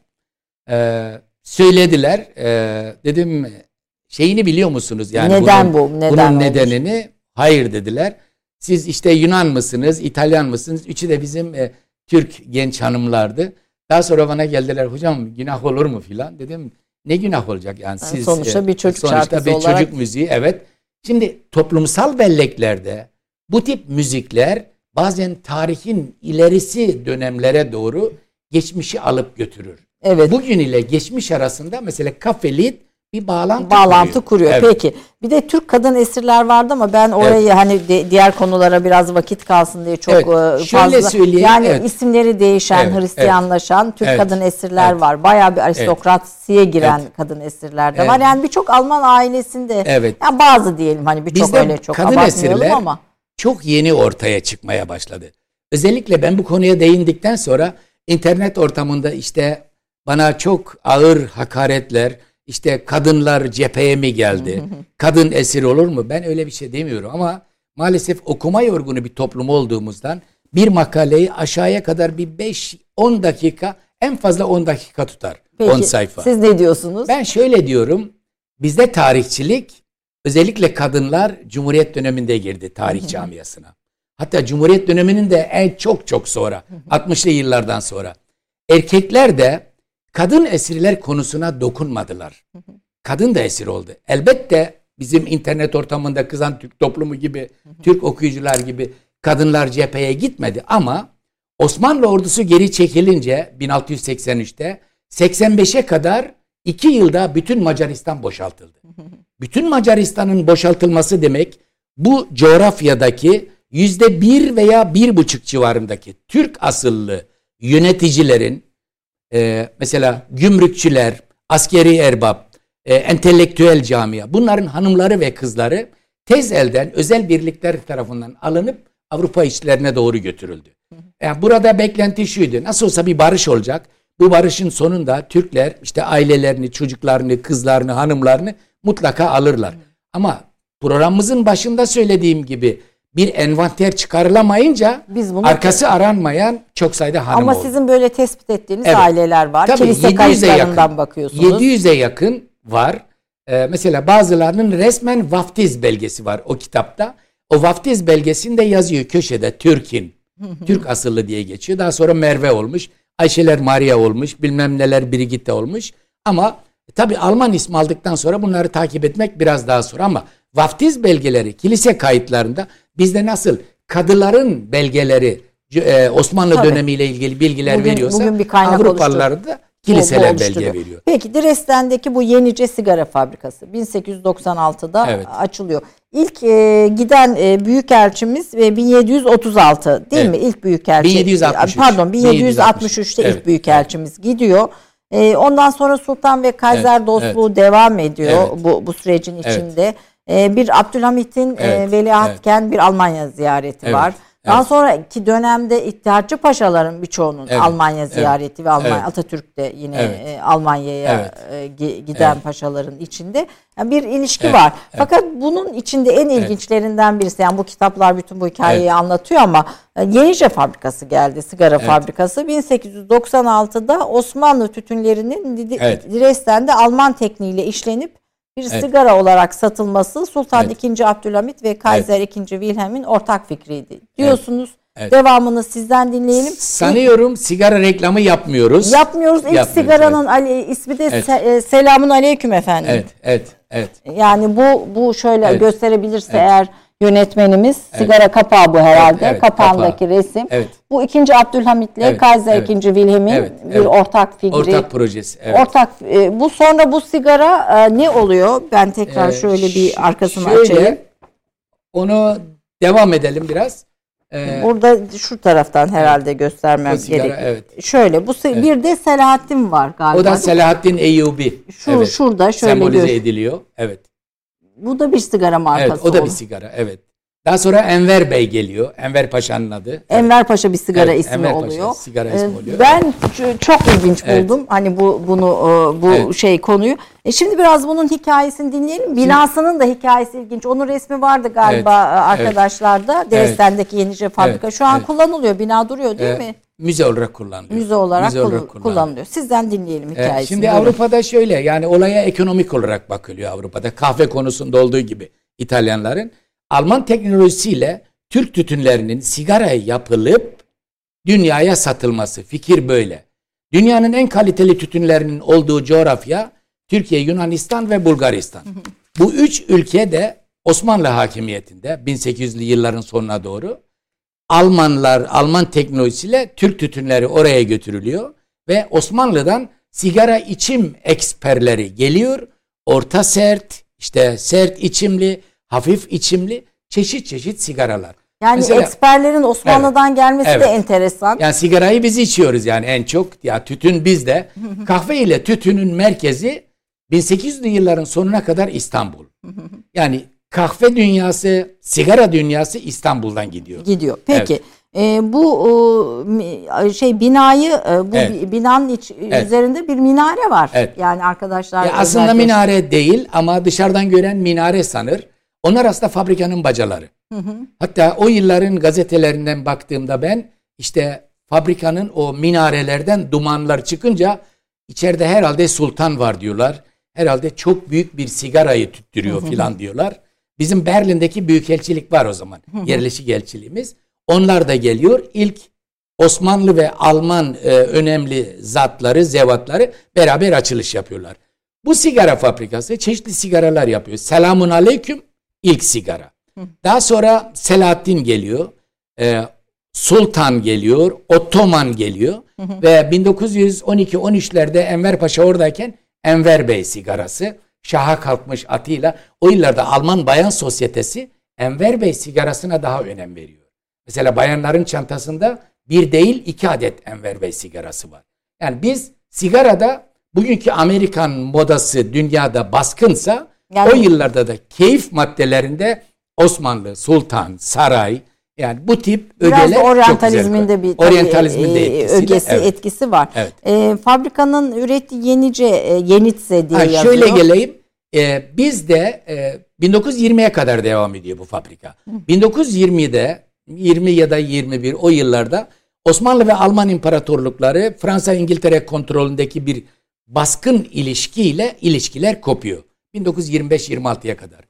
Speaker 2: Ee, söylediler. Ee, dedim şeyini biliyor musunuz? Yani
Speaker 1: neden
Speaker 2: bunun,
Speaker 1: bu? Neden
Speaker 2: bunun
Speaker 1: olmuş?
Speaker 2: nedenini hayır dediler. Siz işte Yunan mısınız, İtalyan mısınız? Üçü de bizim e, Türk genç hanımlardı. Daha sonra bana geldiler, hocam günah olur mu filan. Dedim ne günah olacak yani siz
Speaker 1: sonuçta bir çocuk
Speaker 2: sonuçta
Speaker 1: şarkısı
Speaker 2: bir
Speaker 1: olarak...
Speaker 2: çocuk müziği, evet. Şimdi toplumsal belleklerde bu tip müzikler bazen tarihin ilerisi dönemlere doğru geçmişi alıp götürür.
Speaker 1: Evet.
Speaker 2: Bugün ile geçmiş arasında mesela Kafelit bir bağlantı,
Speaker 1: bağlantı kuruyor.
Speaker 2: kuruyor.
Speaker 1: Evet. Peki. Bir de Türk kadın esirler vardı ama ben orayı evet. hani de, diğer konulara biraz vakit kalsın diye çok evet. fazla.
Speaker 2: Söyleyeyim,
Speaker 1: yani evet. isimleri değişen, evet. Hristiyanlaşan evet. Türk evet. kadın esirler evet. var. Bayağı bir aristokrasiye giren evet. kadın esirler de evet. var. Yani birçok Alman ailesinde evet. yani bazı diyelim hani birçok öyle çok abartmayalım ama.
Speaker 2: Çok yeni ortaya çıkmaya başladı. Özellikle ben bu konuya değindikten sonra internet ortamında işte bana çok ağır hakaretler, İşte kadınlar cepheye mi geldi? Kadın esir olur mu? Ben öyle bir şey demiyorum ama maalesef okuma yorgunu bir toplum olduğumuzdan bir makaleyi aşağıya kadar bir beş on dakika, en fazla on dakika tutar.
Speaker 1: Peki,
Speaker 2: on sayfa.
Speaker 1: Siz ne diyorsunuz?
Speaker 2: Ben şöyle diyorum. Bizde tarihçilik, özellikle kadınlar Cumhuriyet döneminde girdi tarih camiasına. Hatta Cumhuriyet döneminin de en çok çok sonra, altmışlı yıllardan sonra. Erkekler de kadın esirler konusuna dokunmadılar. Kadın da esir oldu. Elbette bizim internet ortamında kızan Türk toplumu gibi, Türk okuyucular gibi kadınlar cepheye gitmedi ama Osmanlı ordusu geri çekilince bin altı yüz seksen üçte seksen beşe kadar iki yılda bütün Macaristan boşaltıldı. Bütün Macaristan'ın boşaltılması demek bu coğrafyadaki yüzde bir veya bir buçuk civarındaki Türk asıllı yöneticilerin, Ee, mesela gümrükçüler, askeri erbap, e, entelektüel camia, bunların hanımları ve kızları tez elden özel birlikler tarafından alınıp Avrupa işlerine doğru götürüldü. Yani burada beklenti şuydu, nasıl olsa bir barış olacak. Bu barışın sonunda Türkler işte ailelerini, çocuklarını, kızlarını, hanımlarını mutlaka alırlar. Ama programımızın başında söylediğim gibi bir envanter çıkarılamayınca arkası aranmayan çok sayıda hanım
Speaker 1: Ama
Speaker 2: oldu.
Speaker 1: Sizin böyle tespit ettiğiniz evet. aileler var.
Speaker 2: Tabii,
Speaker 1: kilise kayıtlarından bakıyorsunuz.
Speaker 2: yedi yüze yakın var. Ee, mesela bazılarının resmen vaftiz belgesi var o kitapta. O vaftiz belgesinde yazıyor köşede Türk'in. Türk asıllı diye geçiyor. Daha sonra Merve olmuş. Ayşeler Maria olmuş. Bilmem neler Brigitte olmuş. Ama tabii Alman ismi aldıktan sonra bunları takip etmek biraz daha zor. Ama vaftiz belgeleri kilise kayıtlarında bizde nasıl kadıların belgeleri e, Osmanlı Tabii. dönemiyle ilgili bilgiler
Speaker 1: bugün,
Speaker 2: veriyorsa
Speaker 1: bugün
Speaker 2: Avrupalılar da kiliseler bu, bu belge veriyor.
Speaker 1: Peki Dresden'deki bu Yenice sigara fabrikası bin sekiz yüz doksan altıda evet. açılıyor. İlk e, giden e, büyükelçimiz e, bin yedi yüz otuz altı değil evet. mi? İlk büyükelçi.
Speaker 2: bin yedi yüz altmış üç
Speaker 1: Pardon bin yedi yüz altmış üçte evet. ilk büyükelçimiz evet. gidiyor. E, ondan sonra Sultan ve Kaiser evet. dostluğu evet. devam ediyor evet. bu bu sürecin içinde. Evet. Bir Abdülhamit'in evet, veliahtken evet. bir Almanya ziyareti evet, var. Daha evet. sonraki dönemde İttihatçı paşaların birçoğunun evet, Almanya ziyareti evet, ve Almanya evet. Atatürk de yine evet. Almanya'ya evet. giden evet. paşaların içinde yani bir ilişki evet, var. Evet. Fakat bunun içinde en ilginçlerinden birisi, yani bu kitaplar bütün bu hikayeyi evet. anlatıyor ama Yenice fabrikası geldi, sigara evet. fabrikası. bin sekiz yüz doksan altıda Osmanlı tütünlerinin evet. Dresden'de Alman tekniğiyle işlenip bir evet. sigara olarak satılması Sultan evet. ikinci. Abdülhamit ve Kaiser evet. ikinci. Wilhelm'in ortak fikriydi. Diyorsunuz. Evet. Devamını sizden dinleyelim.
Speaker 2: Sanıyorum sigara reklamı yapmıyoruz.
Speaker 1: Yapmıyoruz. İlk yapmıyoruz, sigaranın evet. Ali, ismi de evet. se, Selamun Aleyküm efendim.
Speaker 2: Evet, evet, evet.
Speaker 1: Yani bu bu şöyle evet. gösterebilirse evet. eğer yönetmenimiz, evet. sigara kapağı bu herhalde. Evet, evet, kapağındaki kapağı. Resim. Evet. Bu ikinci. Abdülhamit'le evet, Kaiser evet. ikinci. Wilhelm'in evet, bir evet. ortak fikri.
Speaker 2: Ortak projesi. Evet.
Speaker 1: Ortak e, bu sonra bu sigara e, ne oluyor? Ben tekrar ee, şöyle bir arkasını şöyle, açayım.
Speaker 2: Onu devam edelim biraz. Ee,
Speaker 1: Burada şu taraftan herhalde göstermem
Speaker 2: sigara,
Speaker 1: gerekiyor.
Speaker 2: Evet.
Speaker 1: Şöyle bu evet. Bir de Selahattin var galiba.
Speaker 2: O da Selahattin Eyyubi.
Speaker 1: Şu evet. Şurada şöyle
Speaker 2: sembolize
Speaker 1: gör.
Speaker 2: ediliyor. Evet.
Speaker 1: Bu da bir sigara markası.
Speaker 2: Evet, o da olur. Bir sigara. Evet. Daha sonra Enver Bey geliyor. Enver Paşa'nın adı.
Speaker 1: Enver evet. Paşa bir sigara evet, ismi
Speaker 2: Enver
Speaker 1: oluyor.
Speaker 2: Paşa, sigara ismi oluyor.
Speaker 1: Ben çok ilginç buldum. Evet. Hani bu bunu bu evet. şey konuyu. E şimdi biraz bunun hikayesini dinleyelim. Binasının şimdi, da hikayesi ilginç. Onun resmi vardı galiba evet. arkadaşlarda. Evet. Dresden'deki Yenice fabrika. Evet. Şu an evet. kullanılıyor. Bina duruyor değil evet. mi?
Speaker 2: Müze olarak kullanılıyor.
Speaker 1: Müze olarak, Müze olarak kullanılıyor. kullanılıyor. Sizden dinleyelim hikayesini.
Speaker 2: Şimdi böyle. Avrupa'da şöyle yani olaya ekonomik olarak bakılıyor Avrupa'da. Kahve konusunda olduğu gibi İtalyanların. Alman teknolojisiyle Türk tütünlerinin sigara yapılıp dünyaya satılması. Fikir böyle. Dünyanın en kaliteli tütünlerinin olduğu coğrafya Türkiye, Yunanistan ve Bulgaristan. Bu üç ülke de Osmanlı hakimiyetinde bin sekiz yüzlü yılların sonuna doğru Almanlar, Alman teknolojisiyle Türk tütünleri oraya götürülüyor ve Osmanlı'dan sigara içim eksperleri geliyor. Orta sert, işte sert içimli, hafif içimli çeşit çeşit sigaralar.
Speaker 1: Yani mesela, eksperlerin Osmanlı'dan evet, gelmesi evet. de enteresan.
Speaker 2: Yani sigarayı biz içiyoruz yani en çok. Ya tütün bizde. Kahve ile tütünün merkezi bin sekiz yüzlü yılların sonuna kadar İstanbul. Yani kahve dünyası, sigara dünyası İstanbul'dan gidiyor.
Speaker 1: Gidiyor. Peki. Evet. E, bu e, şey binayı e, bu evet. binanın iç, evet. üzerinde bir minare var. Evet. Yani arkadaşlar
Speaker 2: ya aslında minare değil ama dışarıdan gören minare sanır. Onlar aslında fabrikanın bacaları. Hı hı. Hatta o yılların gazetelerinden baktığımda ben işte fabrikanın o minarelerden dumanlar çıkınca içeride herhalde sultan var diyorlar. Herhalde çok büyük bir sigarayı tüttürüyor filan diyorlar. Bizim Berlin'deki büyükelçilik var o zaman. Hı hı. Yerleşik elçiliğimiz. Onlar da geliyor. İlk Osmanlı ve Alman e, önemli zatları, zevatları beraber açılış yapıyorlar. Bu sigara fabrikası çeşitli sigaralar yapıyor. Selamun aleyküm ilk sigara. Hı. Daha sonra Selahattin geliyor. E, Sultan geliyor. Ottoman geliyor. Hı hı. Ve bin dokuz yüz on iki on üçlerde Enver Paşa oradayken Enver Bey sigarası. Şaha kalkmış atıyla o yıllarda Alman bayan sosyetesi Enver Bey sigarasına daha önem veriyor. Mesela bayanların çantasında bir değil iki adet Enver Bey sigarası var. Yani biz sigarada bugünkü Amerikan modası dünyada baskınsa yani, o yıllarda da keyif maddelerinde Osmanlı, Sultan, Saray yani bu tip ögeler çok
Speaker 1: oryantalizmin de bir
Speaker 2: oryantalizmin de
Speaker 1: etkisi, ögesi,
Speaker 2: evet.
Speaker 1: etkisi var. Evet. E, fabrikanın ürettiği Yenice, e, Yenitse diye
Speaker 2: ha,
Speaker 1: yazıyor.
Speaker 2: Şöyle geleyim. E, bizde e, bin dokuz yüz yirmiye kadar devam ediyor bu fabrika. Hı. bin dokuz yüz yirmide yirmi ya da yirmi bir o yıllarda Osmanlı ve Alman imparatorlukları Fransa İngiltere kontrolündeki bir baskın ilişkiyle ilişkiler kopuyor. bin dokuz yüz yirmi beş yirmi altıya kadar.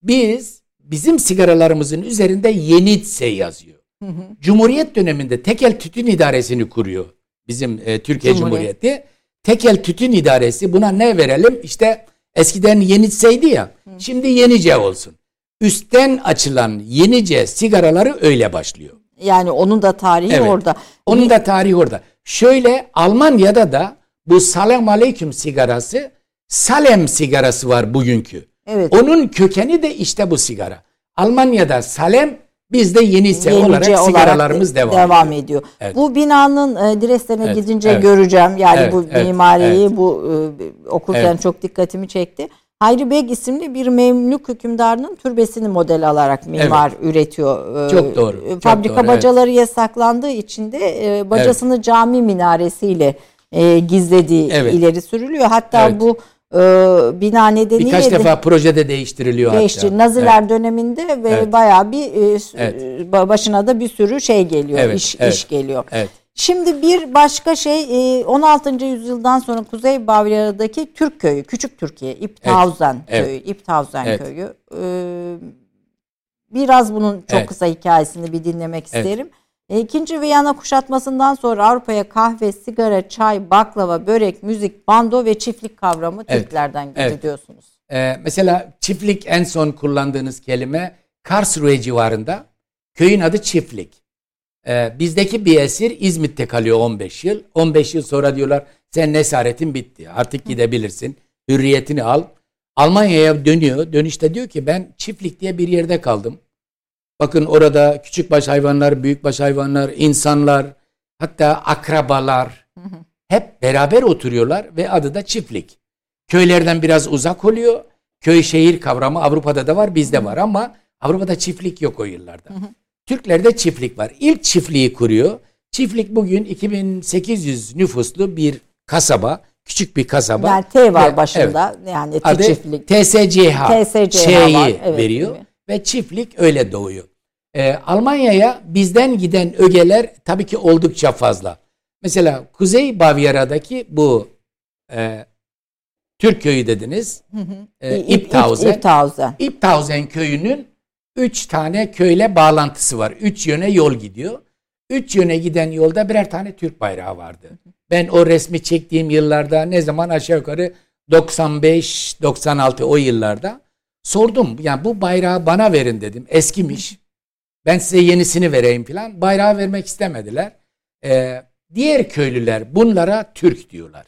Speaker 2: Biz bizim sigaralarımızın üzerinde Yenitse yazıyor. Hı hı. Cumhuriyet döneminde Tekel Tütün İdaresi'ni kuruyor. Bizim e, Türkiye Cumhuriyet. Cumhuriyeti. Tekel Tütün İdaresi buna ne verelim? İşte eskiden Yenitse'ydi ya. Hı. Şimdi Yenice olsun. Üstten açılan Yenice sigaraları öyle başlıyor.
Speaker 1: Yani onun da tarihi evet. orada.
Speaker 2: Onun da tarihi orada. Şöyle Almanya'da da bu Salam Aleyküm sigarası Salem sigarası var bugünkü. Evet. Onun kökeni de işte bu sigara. Almanya'da Salem, bizde Yenice, Yenice olarak sigaralarımız
Speaker 1: olarak
Speaker 2: devam,
Speaker 1: devam ediyor. ediyor. Evet. Bu binanın e, Dresden'e evet. gidince evet. göreceğim. Yani evet. bu evet. mimariyi evet. bu e, okurken evet. çok dikkatimi çekti. Hayri Beg isimli bir Memlük hükümdarının türbesini model alarak mimar evet. üretiyor.
Speaker 2: Çok doğru.
Speaker 1: Fabrika
Speaker 2: çok doğru,
Speaker 1: bacaları evet. yasaklandığı için de e, bacasını evet. cami minaresiyle e, gizlediği evet. ileri sürülüyor. Hatta evet. bu e, bina nedeniyle
Speaker 2: birkaç defa projede değiştiriliyor.
Speaker 1: Değiştir.
Speaker 2: hatta.
Speaker 1: Naziler
Speaker 2: evet.
Speaker 1: döneminde ve evet. bayağı bir e, evet. başına da bir sürü şey geliyor.
Speaker 2: Evet.
Speaker 1: iş
Speaker 2: evet.
Speaker 1: iş geliyor.
Speaker 2: Evet.
Speaker 1: Şimdi bir başka şey on altıncı yüzyıldan sonra Kuzey Bavyera'daki Türk köyü, Küçük Türkiye, İptausen evet. köyü, evet. İptausen evet. köyü. Biraz bunun çok evet. kısa hikayesini bir dinlemek evet. isterim. İkinci Viyana kuşatmasından sonra Avrupa'ya kahve, sigara, çay, baklava, börek, müzik, bando ve çiftlik kavramı evet. Türklerden girdi evet. diyorsunuz.
Speaker 2: Ee, mesela çiftlik en son kullandığınız kelime Karlsruhe civarında köyün adı çiftlik. Ee, bizdeki bir esir İzmit'te kalıyor on beş yıl. on beş yıl sonra diyorlar sen nesaretin bitti. Artık gidebilirsin. Hürriyetini al. Almanya'ya dönüyor. Dönüşte diyor ki ben çiftlik diye bir yerde kaldım. Bakın orada küçükbaş hayvanlar, büyükbaş hayvanlar, insanlar, hatta akrabalar hı hı. hep beraber oturuyorlar ve adı da çiftlik. Köylerden biraz uzak oluyor. Köy şehir kavramı Avrupa'da da var, bizde hı hı. var ama Avrupa'da çiftlik yok o yıllarda. Hı hı. Türklerde çiftlik var. İlk çiftliği kuruyor. Çiftlik bugün iki bin sekiz yüz nüfuslu bir kasaba, küçük bir kasaba.
Speaker 1: Yani T var ve, başında. Evet, yani
Speaker 2: adı
Speaker 1: çiftlik.
Speaker 2: T S C H şeyi
Speaker 1: evet,
Speaker 2: veriyor ve çiftlik öyle doğuyor. Ee, Almanya'ya bizden giden ögeler tabii ki oldukça fazla. Mesela Kuzey Bavyera'daki bu e, Türk köyü dediniz. Hı hı. E, İptausen.
Speaker 1: İptausen.
Speaker 2: İptausen köyünün üç tane köyle bağlantısı var. Üç yöne yol gidiyor. Üç yöne giden yolda birer tane Türk bayrağı vardı. Ben o resmi çektiğim yıllarda ne zaman aşağı yukarı doksan beş doksan altı o yıllarda sordum. Yani bu bayrağı bana verin dedim. Eskimiş. Ben size yenisini vereyim falan. Bayrağı vermek istemediler. Ee, diğer köylüler bunlara Türk diyorlar.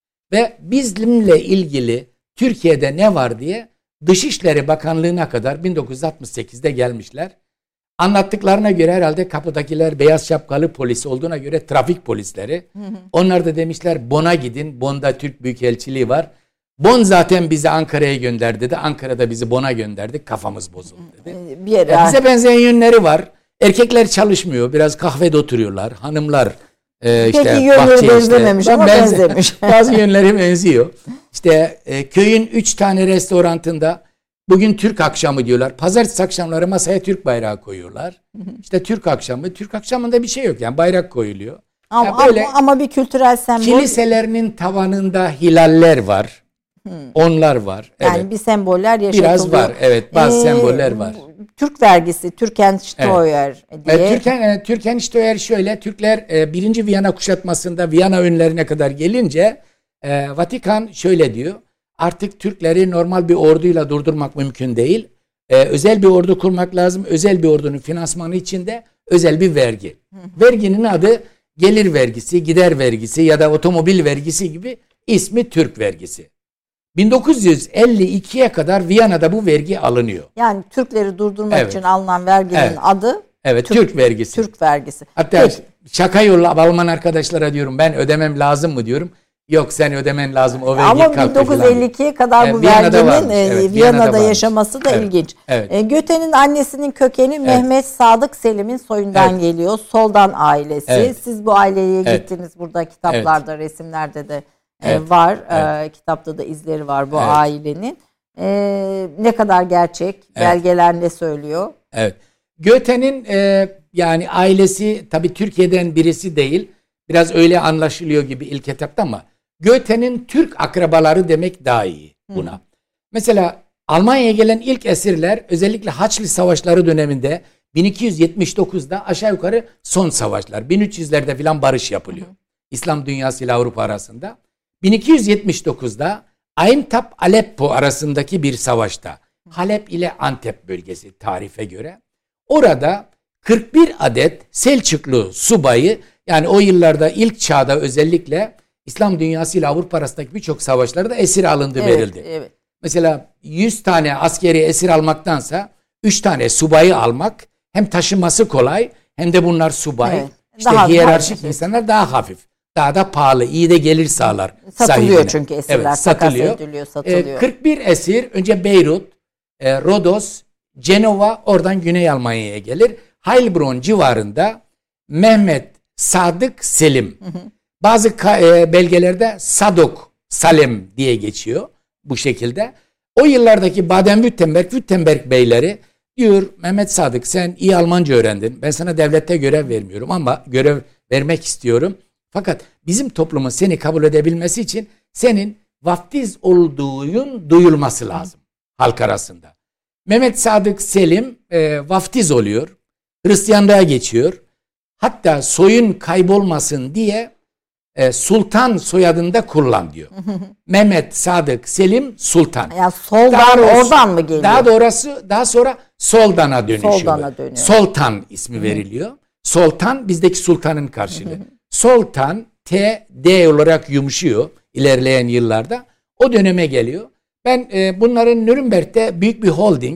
Speaker 2: Ve bizimle ilgili Türkiye'de ne var diye Dışişleri Bakanlığı'na kadar bin dokuz yüz altmış sekizde gelmişler. Anlattıklarına göre herhalde kapıdakiler beyaz şapkalı polis olduğuna göre trafik polisleri. Hı hı. Onlar da demişler Bonn'a gidin. Bonn'da Türk Büyükelçiliği var. Bonn zaten bizi Ankara'ya gönderdi dedi. Ankara'da bizi Bonn'a gönderdik. Kafamız bozuldu dedi. Bir yere... yani bize benzeyen yönleri var. Erkekler çalışmıyor. Biraz kahvede oturuyorlar. Hanımlar e, işte
Speaker 1: peki yönleri benzememiş işte, ama benze- benzemiş.
Speaker 2: Bazı yönleri benziyor. İşte e, köyün üç tane restorantında bugün Türk akşamı diyorlar. Pazartesi akşamları masaya Türk bayrağı koyuyorlar. İşte Türk akşamı. Türk akşamında bir şey yok yani bayrak koyuluyor.
Speaker 1: Ama, yani böyle ama, ama bir kültürel sembol.
Speaker 2: Kiliselerinin tavanında hilaller var. Hmm. Onlar var.
Speaker 1: Yani
Speaker 2: evet.
Speaker 1: bir semboller yaşatılıyor.
Speaker 2: Biraz var. Evet, bazı ee, semboller var.
Speaker 1: Türk vergisi, Türkensteuer
Speaker 2: evet.
Speaker 1: diye.
Speaker 2: E, Türken, e, Türkensteuer şöyle, Türkler e, birinci Viyana kuşatmasında Viyana önlerine kadar gelince e, Vatikan şöyle diyor. Artık Türkleri normal bir orduyla durdurmak mümkün değil. E, özel bir ordu kurmak lazım. Özel bir ordunun finansmanı için de özel bir vergi. Hı. Verginin adı gelir vergisi, gider vergisi ya da otomobil vergisi gibi ismi Türk vergisi. bin dokuz yüz elli ikiye kadar Viyana'da bu vergi alınıyor.
Speaker 1: Yani Türkleri durdurmak
Speaker 2: evet.
Speaker 1: için alınan verginin evet. adı
Speaker 2: evet Türk, Türk vergisi.
Speaker 1: Türk vergisi.
Speaker 2: Hatta peki. Şaka yolla Alman arkadaşlara diyorum ben ödemem lazım mı diyorum. Yok sen ödemen lazım o vergi
Speaker 1: kalktı. Ama bin dokuz yüz elli ikiye kadar yani bu Viyana'da verginin evet, Viyana'da, Viyana'da yaşaması da evet. ilginç.
Speaker 2: Evet.
Speaker 1: E, Göte'nin annesinin kökeni evet. Mehmet Sadık Selim'in soyundan evet. geliyor. Soldan ailesi. Evet. Siz bu aileye evet. gittiniz burada kitaplarda, evet. resimlerde de evet. e, var. Evet. E, kitapta da izleri var bu evet. ailenin. E, ne kadar gerçek? Evet. Belgeler ne söylüyor?
Speaker 2: Evet. Göte'nin e, yani ailesi tabii Türkiye'den birisi değil. Biraz öyle anlaşılıyor gibi ilk etapta ama Göte'nin Türk akrabaları demek daha iyi buna. Hı. Mesela Almanya'ya gelen ilk esirler özellikle Haçlı Savaşları döneminde bin iki yüz yetmiş dokuzda aşağı yukarı son savaşlar. bin üç yüzlerde filan barış yapılıyor. Hı. İslam dünyası ile Avrupa arasında. bin iki yüz yetmiş dokuzda Aintab Aleppo arasındaki bir savaşta Halep ile Antep bölgesi tarife göre orada kırk bir adet Selçuklu subayı yani o yıllarda ilk çağda özellikle İslam dünyası ile Avrupa arasındaki birçok savaşlarda esir alındı
Speaker 1: evet,
Speaker 2: verildi.
Speaker 1: Evet.
Speaker 2: Mesela yüz tane askeri esir almaktansa üç tane subayı almak hem taşıması kolay hem de bunlar subay. Evet. İşte daha hiyerarşik hafif. insanlar daha hafif. Daha da pahalı. İyi de gelir sağlar.
Speaker 1: Satılıyor sahibine. Çünkü esirler.
Speaker 2: Evet, satılıyor.
Speaker 1: Ediliyor, satılıyor.
Speaker 2: E, kırk bir esir önce Beyrut, e, Rodos, Cenova oradan Güney Almanya'ya gelir. Heilbronn civarında Mehmet Sadık Selim. Hı hı. Bazı e, belgelerde Sadok Salem diye geçiyor bu şekilde. O yıllardaki Baden-Württemberg, Württemberg beyleri diyor Mehmet Sadık sen iyi Almanca öğrendin. Ben sana devlette görev vermiyorum ama görev vermek istiyorum. Fakat bizim toplumun seni kabul edebilmesi için senin vaftiz olduğun duyulması lazım halk arasında. Mehmet Sadık Selim e, vaftiz oluyor. Hristiyanlığa geçiyor. Hatta soyun kaybolmasın diye e, Sultan soyadını da kullan diyor. Mehmet Sadık Selim Sultan.
Speaker 1: Ya soldan doğrusu, oradan mı geliyor?
Speaker 2: Daha doğrusu daha sonra Soldan'a dönüşüyor.
Speaker 1: Soldan'a dönüyor.
Speaker 2: Sultan ismi veriliyor. Sultan bizdeki sultanın karşılığı. Sultan T, D olarak yumuşuyor ilerleyen yıllarda. O döneme geliyor. Ben e, bunların Nürnberg'de büyük bir holding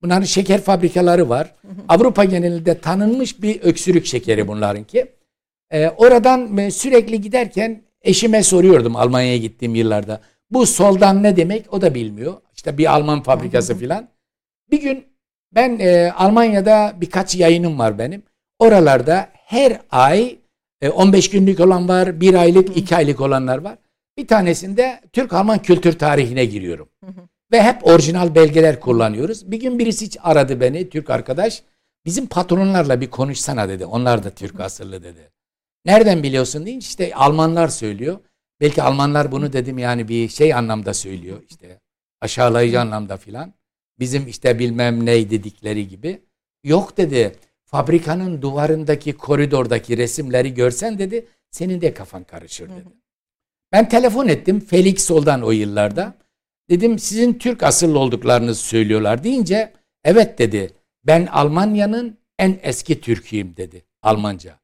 Speaker 2: Bunların şeker fabrikaları var. Avrupa genelinde tanınmış bir öksürük şekeri bunlarınki. Ee, oradan e, sürekli giderken eşime soruyordum Almanya'ya gittiğim yıllarda. Bu soldan ne demek? O da bilmiyor. İşte bir Alman fabrikası filan. Bir gün ben e, Almanya'da birkaç yayınım var benim. Oralarda her ay e, on beş günlük olan var, bir aylık, iki aylık olanlar var. Bir tanesinde Türk-Alman kültür tarihine giriyorum. Hı hı. Ve hep orijinal belgeler kullanıyoruz. Bir gün birisi aradı beni, Türk arkadaş. Bizim patronlarla bir konuşsana dedi. Onlar da Türk asıllı dedi. Nereden biliyorsun deyince işte Almanlar söylüyor. Belki Almanlar bunu dedim yani bir şey anlamda söylüyor. İşte aşağılayıcı anlamda filan. Bizim işte bilmem ne dedikleri gibi. Yok dedi. Fabrikanın duvarındaki koridordaki resimleri görsen dedi. Senin de kafan karışır dedi. Ben telefon ettim. Felix Sol'dan o yıllarda. Dedim sizin Türk asıllı olduklarınızı söylüyorlar deyince evet dedi. Ben Almanya'nın en eski Türk'üyüm dedi. Almanca.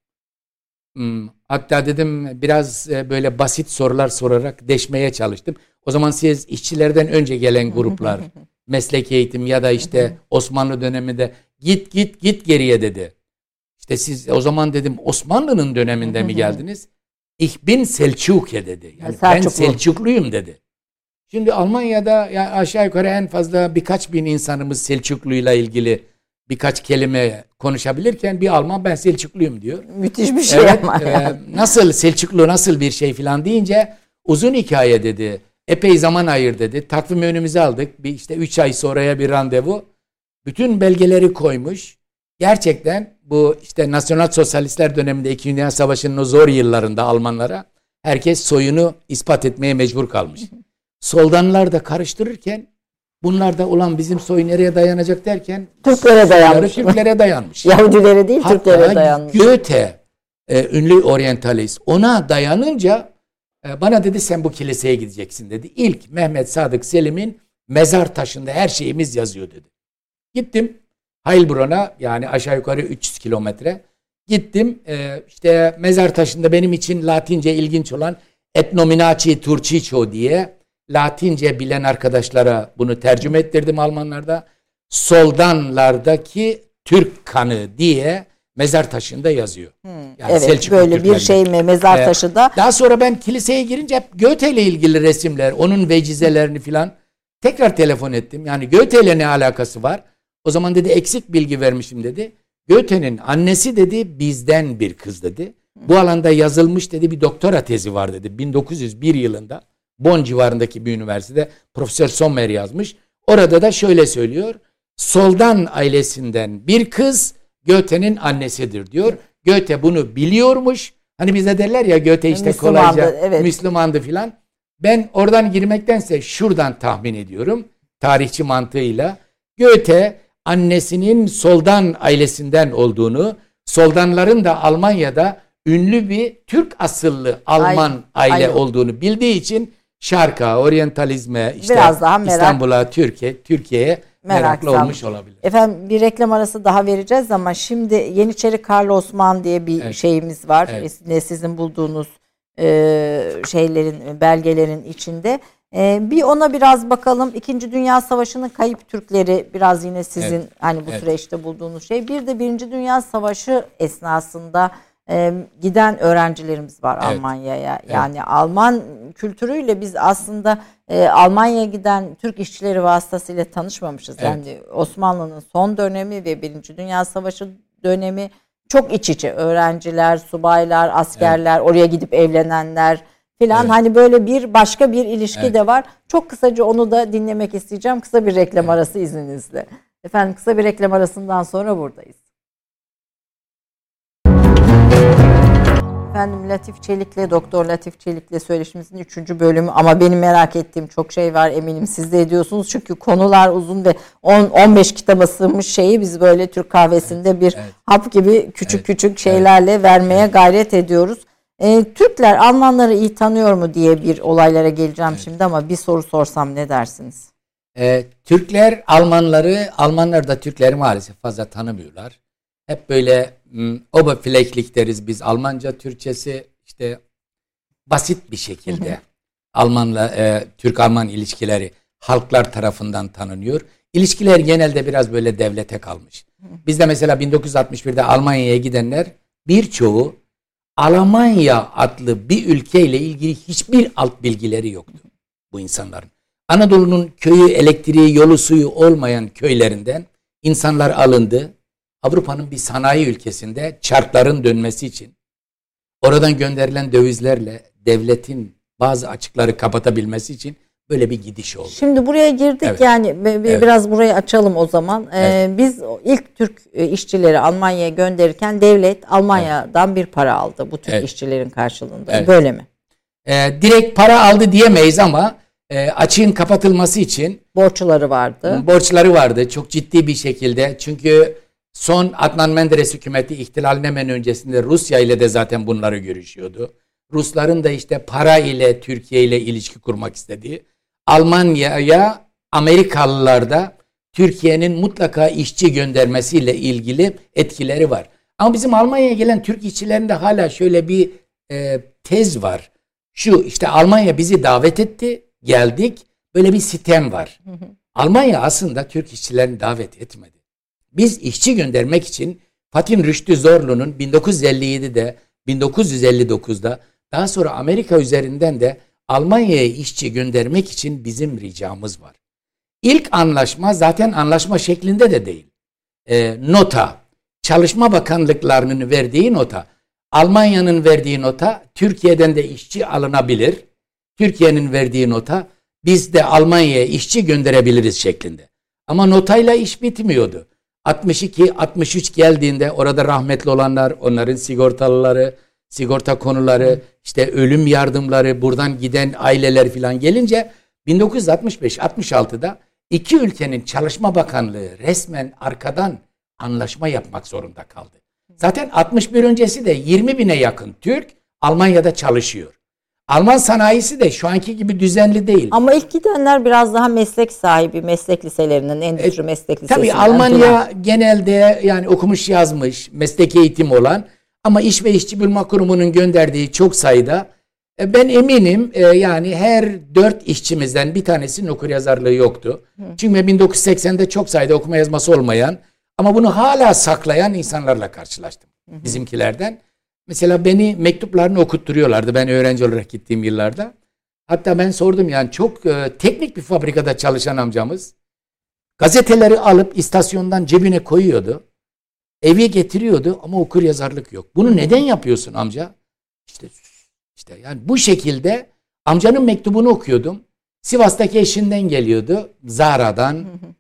Speaker 2: Hmm, hatta dedim biraz böyle basit sorular sorarak deşmeye çalıştım. O zaman siz işçilerden önce gelen gruplar meslek eğitim ya da işte Osmanlı döneminde git git git geriye dedi. İşte siz o zaman dedim Osmanlı'nın döneminde mi geldiniz? Ich bin Selçuklu dedi. Yani ben Selçukluyum dedi. Şimdi Almanya'da yani aşağı yukarı en fazla birkaç bin insanımız Selçuklu'yla ilgili birkaç kelime konuşabilirken bir Alman ben Selçukluyum diyor.
Speaker 1: Müthiş bir şey
Speaker 2: evet,
Speaker 1: ama.
Speaker 2: E, nasıl Selçuklu nasıl bir şey filan deyince uzun hikaye dedi. Epey zaman ayır dedi. Takvimi önümüze aldık. Bir işte üç ay sonraya bir randevu. Bütün belgeleri koymuş. Gerçekten bu işte Nasyonal Sosyalistler döneminde İkinci Dünya Savaşı'nın o zor yıllarında Almanlara herkes soyunu ispat etmeye mecbur kalmış. Soldanlar da karıştırırken bunlar da ulan bizim soy nereye dayanacak derken
Speaker 1: Türklere dayanmış.
Speaker 2: Türklere dayanmış.
Speaker 1: Yahudilere değil
Speaker 2: hatta
Speaker 1: Türklere dayanmış.
Speaker 2: Goethe e, ünlü oryantalist ona dayanınca e, bana dedi sen bu kiliseye gideceksin dedi. İlk Mehmet Sadık Selim'in mezar taşında her şeyimiz yazıyor dedi. Gittim Heilbronn'a yani aşağı yukarı üç yüz kilometre. Gittim e, işte mezar taşında benim için Latince ilginç olan Et nominaci Turcico diye Latince bilen arkadaşlara bunu tercüme ettirdim Almanlarda. Soldanlardaki Türk kanı diye mezar taşında yazıyor. Hmm,
Speaker 1: yani evet Selçuklu böyle Türklerinde. Bir şey mi mezar taşı da.
Speaker 2: Ee, daha sonra ben kiliseye girince hep Goethe ile ilgili resimler, onun vecizelerini filan tekrar telefon ettim. Yani Goethe ile ne alakası var? O zaman dedi eksik bilgi vermişim dedi. Goethe'nin annesi dedi bizden bir kız dedi. Bu alanda yazılmış dedi bir doktora tezi var dedi. bin dokuz yüz bir yılında Bonn civarındaki bir üniversitede Profesör Sommer yazmış. Orada da şöyle söylüyor. Soldan ailesinden bir kız Goethe'nin annesidir diyor. Goethe bunu biliyormuş. Hani bize derler ya Goethe işte
Speaker 1: Müslümandı,
Speaker 2: kolayca
Speaker 1: evet.
Speaker 2: Müslümandı filan. Ben oradan girmektense şuradan tahmin ediyorum. Tarihçi mantığıyla. Goethe annesinin soldan ailesinden olduğunu, soldanların da Almanya'da ünlü bir Türk asıllı Alman Ay, aile Ay. olduğunu bildiği için Şark'a, oryantalizme, işte biraz daha merak, İstanbul'a, Türkiye, Türkiye'ye meraklı merak olmuş olabilir.
Speaker 1: Efendim bir reklam arası daha vereceğiz ama şimdi Yeniçeri Karl Osman diye bir evet. şeyimiz var. Evet. Sizin bulduğunuz e, şeylerin, belgelerin içinde. E, bir ona biraz bakalım. İkinci Dünya Savaşı'nın kayıp Türkleri biraz yine sizin evet. hani bu evet. süreçte bulduğunuz şey. Bir de Birinci Dünya Savaşı esnasında Ee, giden öğrencilerimiz var evet. Almanya'ya. Yani evet. Alman kültürüyle biz aslında e, Almanya'ya giden Türk işçileri vasıtasıyla tanışmamışız. Evet. Yani Osmanlı'nın son dönemi ve Birinci Dünya Savaşı dönemi çok iç içe. Öğrenciler, subaylar, askerler, evet. oraya gidip evlenenler filan. Evet. Hani böyle bir başka bir ilişki evet. de var. Çok kısaca onu da dinlemek isteyeceğim. Kısa bir reklam evet. arası izninizle. Efendim kısa bir reklam arasından sonra buradayız. Efendim Latif Çelik'le, Doktor Latif Çelik'le söyleşimizin üçüncü bölümü ama benim merak ettiğim çok şey var eminim siz de ediyorsunuz. Çünkü konular uzun ve on on beş kitaba sığmış şeyi biz böyle Türk kahvesinde evet, bir evet. hap gibi küçük evet, küçük şeylerle evet, vermeye evet. gayret ediyoruz. Ee, Türkler Almanları iyi tanıyor mu diye bir olaylara geleceğim evet. şimdi ama bir soru sorsam ne dersiniz?
Speaker 2: Ee, Türkler Almanları, Almanlar da Türkleri maalesef fazla tanımıyorlar. Hep böyle Oberflächlich deriz biz Almanca, Türkçesi işte basit bir şekilde Almanla e, Türk-Alman ilişkileri halklar tarafından tanınıyor. İlişkiler genelde biraz böyle devlete kalmış. Bizde mesela bin dokuz yüz altmış birde Almanya'ya gidenler birçoğu Almanya adlı bir ülkeyle ilgili hiçbir alt bilgileri yoktu bu insanların. Anadolu'nun köyü, elektriği, yolu, suyu olmayan köylerinden insanlar alındı. Avrupa'nın bir sanayi ülkesinde çarkların dönmesi için oradan gönderilen dövizlerle devletin bazı açıkları kapatabilmesi için böyle bir gidiş oldu.
Speaker 1: Şimdi buraya girdik evet. yani evet. biraz burayı açalım o zaman. Evet. Ee, biz ilk Türk işçileri Almanya'ya gönderirken devlet Almanya'dan evet. bir para aldı bu Türk evet. işçilerin karşılığında. Evet. Böyle mi?
Speaker 2: Ee, direkt para aldı diyemeyiz ama e, açığın kapatılması için
Speaker 1: borçları vardı.
Speaker 2: Borçları vardı çok ciddi bir şekilde. Çünkü son Adnan Menderes hükümeti ihtilalin hemen öncesinde Rusya ile de zaten bunları görüşüyordu. Rusların da işte para ile Türkiye ile ilişki kurmak istediği. Almanya'ya Amerikalılar da Türkiye'nin mutlaka işçi göndermesiyle ilgili etkileri var. Ama bizim Almanya'ya gelen Türk işçilerinde hala şöyle bir e, tez var. Şu işte Almanya bizi davet etti, geldik. Böyle bir sitem var. Hı hı. Almanya aslında Türk işçilerini davet etmedi. Biz işçi göndermek için Fatih Rüştü Zorlu'nun bin dokuz yüz elli yedide, bin dokuz yüz elli dokuzda daha sonra Amerika üzerinden de Almanya'ya işçi göndermek için bizim ricamız var. İlk anlaşma zaten anlaşma şeklinde de değil. E, nota, Çalışma Bakanlıklarının verdiği nota, Almanya'nın verdiği nota, Türkiye'den de işçi alınabilir. Türkiye'nin verdiği nota, biz de Almanya'ya işçi gönderebiliriz şeklinde. Ama notayla iş bitmiyordu. altmış iki altmış üç geldiğinde orada rahmetli olanlar, onların sigortalıları, sigorta konuları, işte ölüm yardımları, buradan giden aileler falan gelince bin dokuz yüz altmış beş altmış altıda iki ülkenin Çalışma Bakanlığı resmen arkadan anlaşma yapmak zorunda kaldı. Zaten altmış bir öncesi de yirmi bine yakın Türk Almanya'da çalışıyor. Alman sanayisi de şu anki gibi düzenli değil.
Speaker 1: Ama ilk gidenler biraz daha meslek sahibi, meslek liselerinin, endüstri e, meslek lisesinden.
Speaker 2: Tabii Almanya duran. Genelde yani okumuş yazmış, meslek eğitimi olan ama İş ve İşçi Bulma Kurumu'nun gönderdiği çok sayıda e, ben eminim e, yani her dört işçimizden bir tanesinin okuryazarlığı yoktu. Hı. Çünkü bin dokuz yüz seksende çok sayıda okuma yazması olmayan ama bunu hala saklayan insanlarla karşılaştım. Hı. Bizimkilerden. Mesela beni mektuplarını okutturuyorlardı ben öğrenci olarak gittiğim yıllarda. Hatta ben sordum yani çok e, teknik bir fabrikada çalışan amcamız gazeteleri alıp istasyondan cebine koyuyordu. Eve getiriyordu ama okuryazarlık yok. Bunu neden yapıyorsun amca? İşte işte yani bu şekilde amcanın mektubunu okuyordum. Sivas'taki eşinden geliyordu. Zara'dan. Hı hı.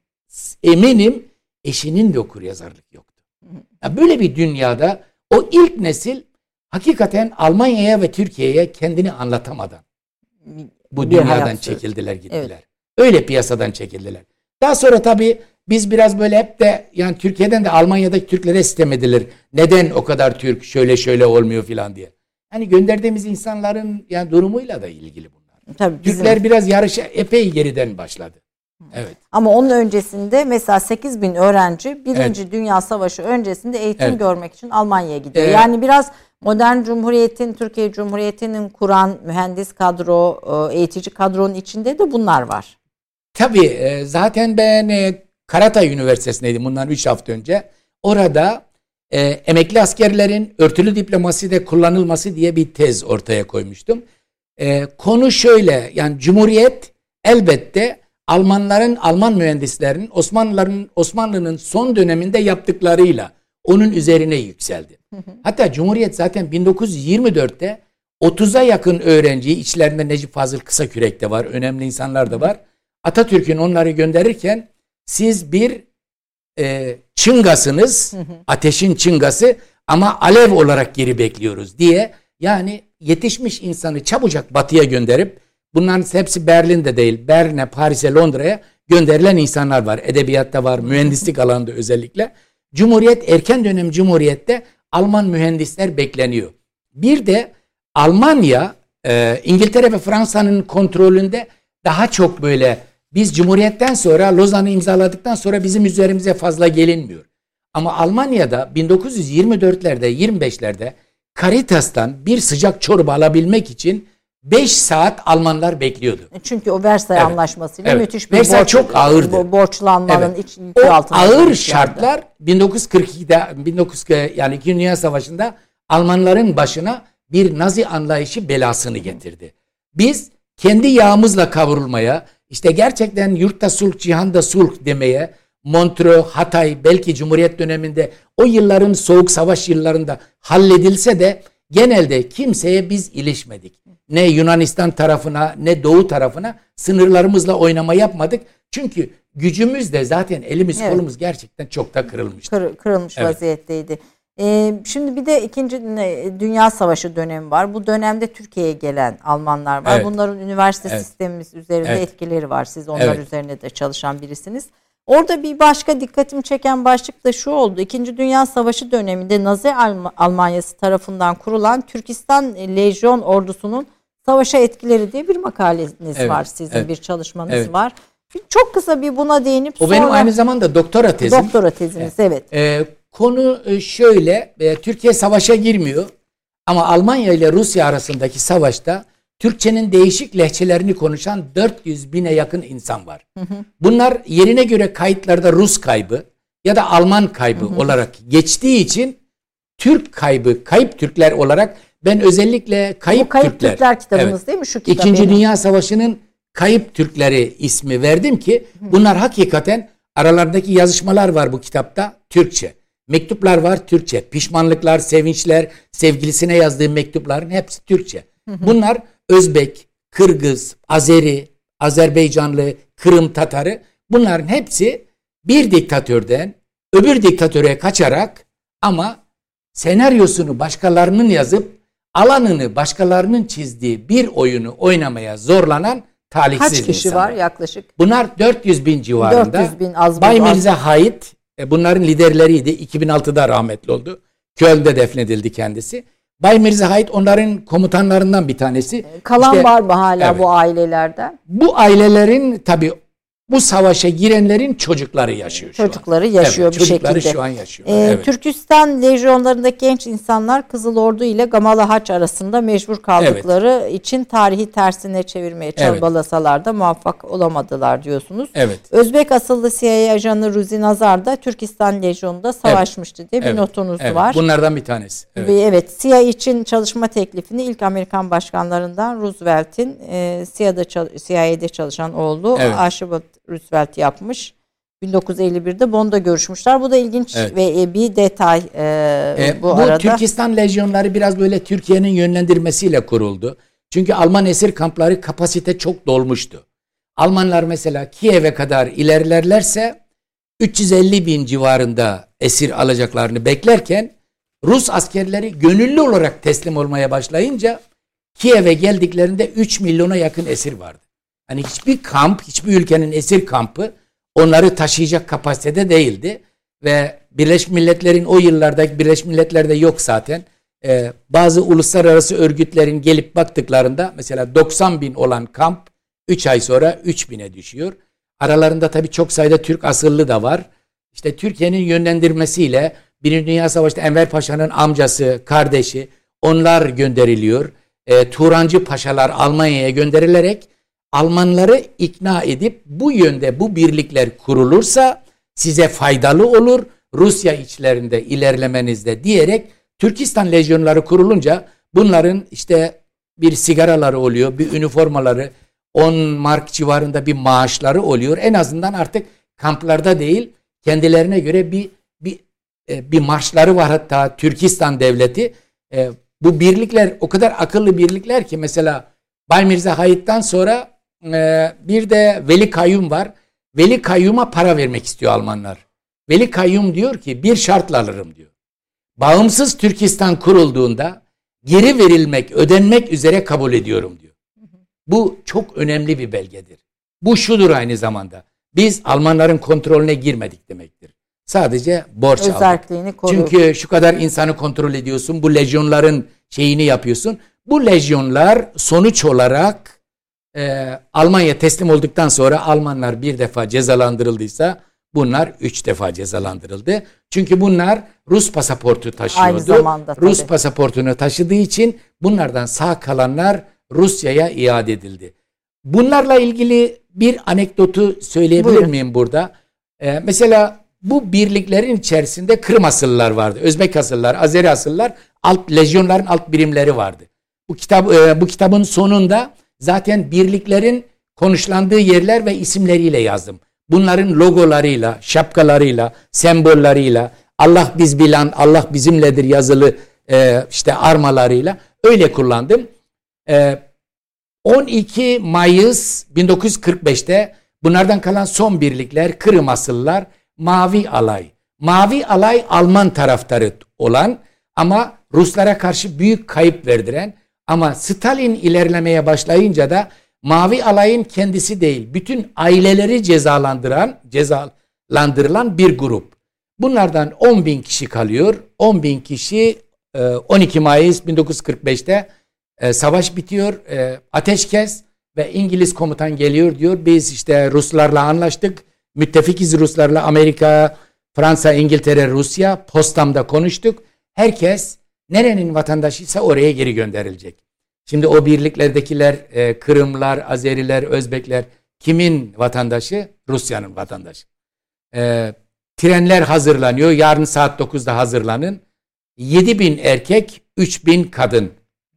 Speaker 2: Eminim eşinin de okuryazarlık yoktu. Ya böyle bir dünyada o ilk nesil hakikaten Almanya'ya ve Türkiye'ye kendini anlatamadan bu bir dünyadan çekildiler gittiler. Evet. Öyle piyasadan çekildiler. Daha sonra tabii biz biraz böyle hep de yani Türkiye'den de Almanya'daki Türklere sitem edilir. Neden o kadar Türk şöyle şöyle olmuyor filan diye. Hani gönderdiğimiz insanların yani durumuyla da ilgili bunlar. Tabii Türkler bizim... biraz yarışa epey geriden başladı. Evet.
Speaker 1: Ama onun öncesinde mesela sekiz bin öğrenci Birinci Evet. Dünya Savaşı öncesinde eğitim evet. görmek için Almanya'ya gidiyor. Evet. Yani biraz modern cumhuriyetin, Türkiye Cumhuriyeti'nin kuran mühendis kadro, eğitici kadronun içinde de bunlar var.
Speaker 2: Tabii zaten ben Karatay Üniversitesi'ndeydim bundan üç hafta önce. Orada e, emekli askerlerin örtülü diplomaside kullanılması diye bir tez ortaya koymuştum. E, konu şöyle yani Cumhuriyet elbette Almanların, Alman mühendislerin Osmanlıların Osmanlı'nın son döneminde yaptıklarıyla onun üzerine yükseldi. Hatta Cumhuriyet zaten bin dokuz yüz yirmi dörtte otuza yakın öğrenciyi içlerinde Necip Fazıl Kısakürek de var, önemli insanlar da var. Atatürk'ün onları gönderirken siz bir e, çıngasınız, ateşin çıngası ama alev olarak geri bekliyoruz diye yani yetişmiş insanı çabucak batıya gönderip bunların hepsi Berlin'de değil, Berlin'e, Paris'e, Londra'ya gönderilen insanlar var. Edebiyatta var, mühendislik alanında özellikle. Cumhuriyet, erken dönem Cumhuriyet'te Alman mühendisler bekleniyor. Bir de Almanya, e, İngiltere ve Fransa'nın kontrolünde daha çok böyle biz Cumhuriyet'ten sonra Lozan'ı imzaladıktan sonra bizim üzerimize fazla gelinmiyor. Ama Almanya'da bin dokuz yüz yirmi dörtlerde, yirmi beşlerde Caritas'tan bir sıcak çorba alabilmek için beş saat Almanlar bekliyordu.
Speaker 1: Çünkü o Versay evet. Anlaşması'yla evet. müthiş bir
Speaker 2: Versay
Speaker 1: borç,
Speaker 2: çok ağırdı.
Speaker 1: borçlanmanın
Speaker 2: evet.
Speaker 1: için
Speaker 2: o ağır şartlar bin dokuz yüz kırk iki'de bin dokuz yüz yani İkinci Dünya Savaşı'nda Almanların başına bir Nazi anlayışı belasını getirdi. Biz kendi yağımızla kavrulmaya, işte gerçekten yurtta sulh, cihanda sulh demeye, Montreux, Hatay, belki Cumhuriyet döneminde o yılların soğuk savaş yıllarında halledilse de genelde kimseye biz ilişmedik. Ne Yunanistan tarafına ne Doğu tarafına sınırlarımızla oynama yapmadık. Çünkü gücümüz de zaten elimiz evet. kolumuz gerçekten çok da kırılmıştı.
Speaker 1: Kır, kırılmış evet. vaziyetteydi. Ee, şimdi bir de İkinci Dünya Savaşı dönemi var. Bu dönemde Türkiye'ye gelen Almanlar var. Evet. Bunların üniversite evet. sistemimiz üzerinde evet. etkileri var. Siz onlar evet. üzerine de çalışan birisiniz. Orada bir başka dikkatimi çeken başlık da şu oldu. İkinci Dünya Savaşı döneminde Nazi Almanyası tarafından kurulan Türkistan Lejyon ordusunun savaşa etkileri diye bir makaleniz evet, var. Sizin evet, bir çalışmanız evet. var. Çok kısa bir buna değinip
Speaker 2: o
Speaker 1: sonra...
Speaker 2: benim aynı zamanda doktora tezim.
Speaker 1: Doktora teziniz evet.
Speaker 2: evet. Ee, konu şöyle. E, Türkiye savaşa girmiyor. Ama Almanya ile Rusya arasındaki savaşta Türkçenin değişik lehçelerini konuşan dört yüz bine yakın insan var. Hı hı. Bunlar yerine göre kayıtlarda Rus kaybı ya da Alman kaybı hı hı. olarak geçtiği için Türk kaybı, kayıp Türkler olarak ben özellikle kayıp, Bu kayıp Türkler,
Speaker 1: Türkler kitabınız evet, değil mi şu kitap?
Speaker 2: İkinci benim. Dünya Savaşı'nın kayıp Türkleri ismi verdim ki bunlar hakikaten aralarındaki yazışmalar var bu kitapta Türkçe. Mektuplar var Türkçe. Pişmanlıklar, sevinçler, sevgilisine yazdığı mektupların hepsi Türkçe. Hı hı. Bunlar Özbek, Kırgız, Azeri, Azerbaycanlı, Kırım Tatarı bunların hepsi bir diktatörden öbür diktatöre kaçarak ama senaryosunu başkalarının yazıp alanını başkalarının çizdiği bir oyunu oynamaya zorlanan talihsiz insanlar.
Speaker 1: Kaç kişi
Speaker 2: insanlar.
Speaker 1: var yaklaşık?
Speaker 2: Bunlar dört yüz bin civarında.
Speaker 1: dört yüz bin az
Speaker 2: Bay Mirza Hait bunların liderleriydi. iki bin altıda rahmetli oldu. Köln'de defnedildi kendisi. Bay Mirza Hait onların komutanlarından bir tanesi.
Speaker 1: Kalan
Speaker 2: işte,
Speaker 1: var mı hala
Speaker 2: evet.
Speaker 1: bu ailelerden?
Speaker 2: Bu ailelerin tabii bu savaşa girenlerin çocukları yaşıyor şu
Speaker 1: Çocukları
Speaker 2: an.
Speaker 1: yaşıyor
Speaker 2: evet,
Speaker 1: bir
Speaker 2: çocukları
Speaker 1: şekilde.
Speaker 2: şu an yaşıyor.
Speaker 1: Ee,
Speaker 2: evet.
Speaker 1: Türkistan lejyonlarındaki genç insanlar Kızıl Ordu ile Gamalı Haç arasında mecbur kaldıkları evet. için tarihi tersine çevirmeye çabalasalar da muvaffak olamadılar diyorsunuz.
Speaker 2: Evet.
Speaker 1: Özbek asıllı C I A ajanı Ruzi Nazar da Türkistan lejyonunda savaşmıştı diye evet. bir notunuz
Speaker 2: evet.
Speaker 1: var.
Speaker 2: Bunlardan bir tanesi.
Speaker 1: Evet. Ve evet C I A için çalışma teklifini ilk Amerikan başkanlarından Roosevelt'in e, C I A'de çalışan oğlu evet. Archibald Roosevelt yapmış. bin dokuz yüz elli birde Bonn'da görüşmüşler. Bu da ilginç evet. ve bir detay e,
Speaker 2: e,
Speaker 1: bu,
Speaker 2: bu
Speaker 1: arada.
Speaker 2: Türkistan lejyonları biraz böyle Türkiye'nin yönlendirmesiyle kuruldu. Çünkü Alman esir kampları kapasite çok dolmuştu. Almanlar mesela Kiev'e kadar ilerlerlerse üç yüz elli bin civarında esir alacaklarını beklerken Rus askerleri gönüllü olarak teslim olmaya başlayınca Kiev'e geldiklerinde üç milyona yakın esir vardı. Hani hiçbir kamp, hiçbir ülkenin esir kampı onları taşıyacak kapasitede değildi. Ve Birleşmiş Milletler'in o yıllardaki Birleşmiş Milletler'de yok zaten. Ee, bazı uluslararası örgütlerin gelip baktıklarında mesela doksan bin olan kamp üç ay sonra üç bine düşüyor. Aralarında tabii çok sayıda Türk asıllı da var. İşte Türkiye'nin yönlendirmesiyle Birinci Dünya Savaşı'nda Enver Paşa'nın amcası, kardeşi onlar gönderiliyor. Ee, Turancı Paşalar Almanya'ya gönderilerek Almanları ikna edip bu yönde bu birlikler kurulursa size faydalı olur Rusya içlerinde ilerlemenizde diyerek Türkistan lejyonları kurulunca bunların işte bir sigaraları oluyor, bir üniformaları, on mark civarında bir maaşları oluyor. En azından artık kamplarda değil kendilerine göre bir bir bir marşları var hatta Türkistan devleti. Bu birlikler o kadar akıllı birlikler ki mesela Bay Mirza Hait'ten sonra bir de Veli Kayyum var. Veli Kayyum'a para vermek istiyor Almanlar. Veli Kayyum diyor ki bir şartla alırım diyor. Bağımsız Türkistan kurulduğunda geri verilmek, ödenmek üzere kabul ediyorum diyor. Bu çok önemli bir belgedir. Bu şudur aynı zamanda. Biz Almanların kontrolüne girmedik demektir. Sadece borç aldık. Çünkü şu kadar insanı kontrol ediyorsun. Bu lejyonların şeyini yapıyorsun. Bu lejyonlar sonuç olarak Ee, Almanya teslim olduktan sonra Almanlar bir defa cezalandırıldıysa bunlar üç defa cezalandırıldı. Çünkü bunlar Rus pasaportu taşıyordu.
Speaker 1: Aynı zamanda,
Speaker 2: Rus pasaportunu taşıdığı için bunlardan sağ kalanlar Rusya'ya iade edildi. Bunlarla ilgili bir anekdotu söyleyebilir Buyurun. miyim burada? Ee, mesela bu birliklerin içerisinde Kırım asıllılar vardı. Özbek asıllılar, Azeri asıllılar, alt lejyonların alt birimleri vardı. Bu kitap e, bu kitabın sonunda zaten birliklerin konuşlandığı yerler ve isimleriyle yazdım. Bunların logolarıyla, şapkalarıyla, sembolleriyle, Allah biz bilen, Allah bizimledir yazılı e, işte armalarıyla öyle kullandım. E, on iki Mayıs bin dokuz yüz kırk beşte bunlardan kalan son birlikler Kırım asıllılar, Mavi Alay. Mavi Alay Alman taraftarı olan ama Ruslara karşı büyük kayıp verdiren, ama Stalin ilerlemeye başlayınca da Mavi Alay'ın kendisi değil, bütün aileleri cezalandıran, cezalandırılan bir grup. Bunlardan on bin kişi kalıyor. on bin kişi on iki Mayıs bin dokuz yüz kırk beşte savaş bitiyor. Ateşkes ve İngiliz komutan geliyor, diyor biz işte Ruslarla anlaştık. Müttefikiz Ruslarla, Amerika, Fransa, İngiltere, Rusya. Potsdam'da konuştuk. Herkes nerenin vatandaşıysa oraya geri gönderilecek. Şimdi o birliklerdekiler e, Kırımlar, Azeriler, Özbekler kimin vatandaşı? Rusya'nın vatandaşı. E, trenler hazırlanıyor. Yarın saat dokuzda hazırlanın. yedi bin erkek, üç bin kadın.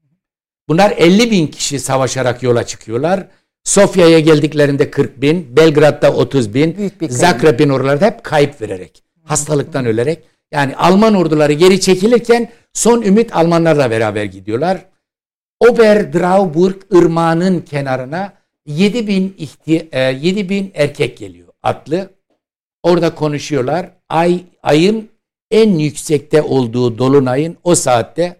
Speaker 2: Bunlar elli bin kişi savaşarak yola çıkıyorlar. Sofya'ya geldiklerinde kırk bin, Belgrad'da otuz bin, Zagreb'in oralarda hep kayıp vererek, hastalıktan ölerek. Yani Alman orduları geri çekilirken son ümit Almanlarla beraber gidiyorlar. Oberdrauburg ırmağının kenarına yedi bin, ihti- e, yedi bin erkek geliyor atlı. Orada konuşuyorlar. Ay ayın en yüksekte olduğu dolunayın o saatte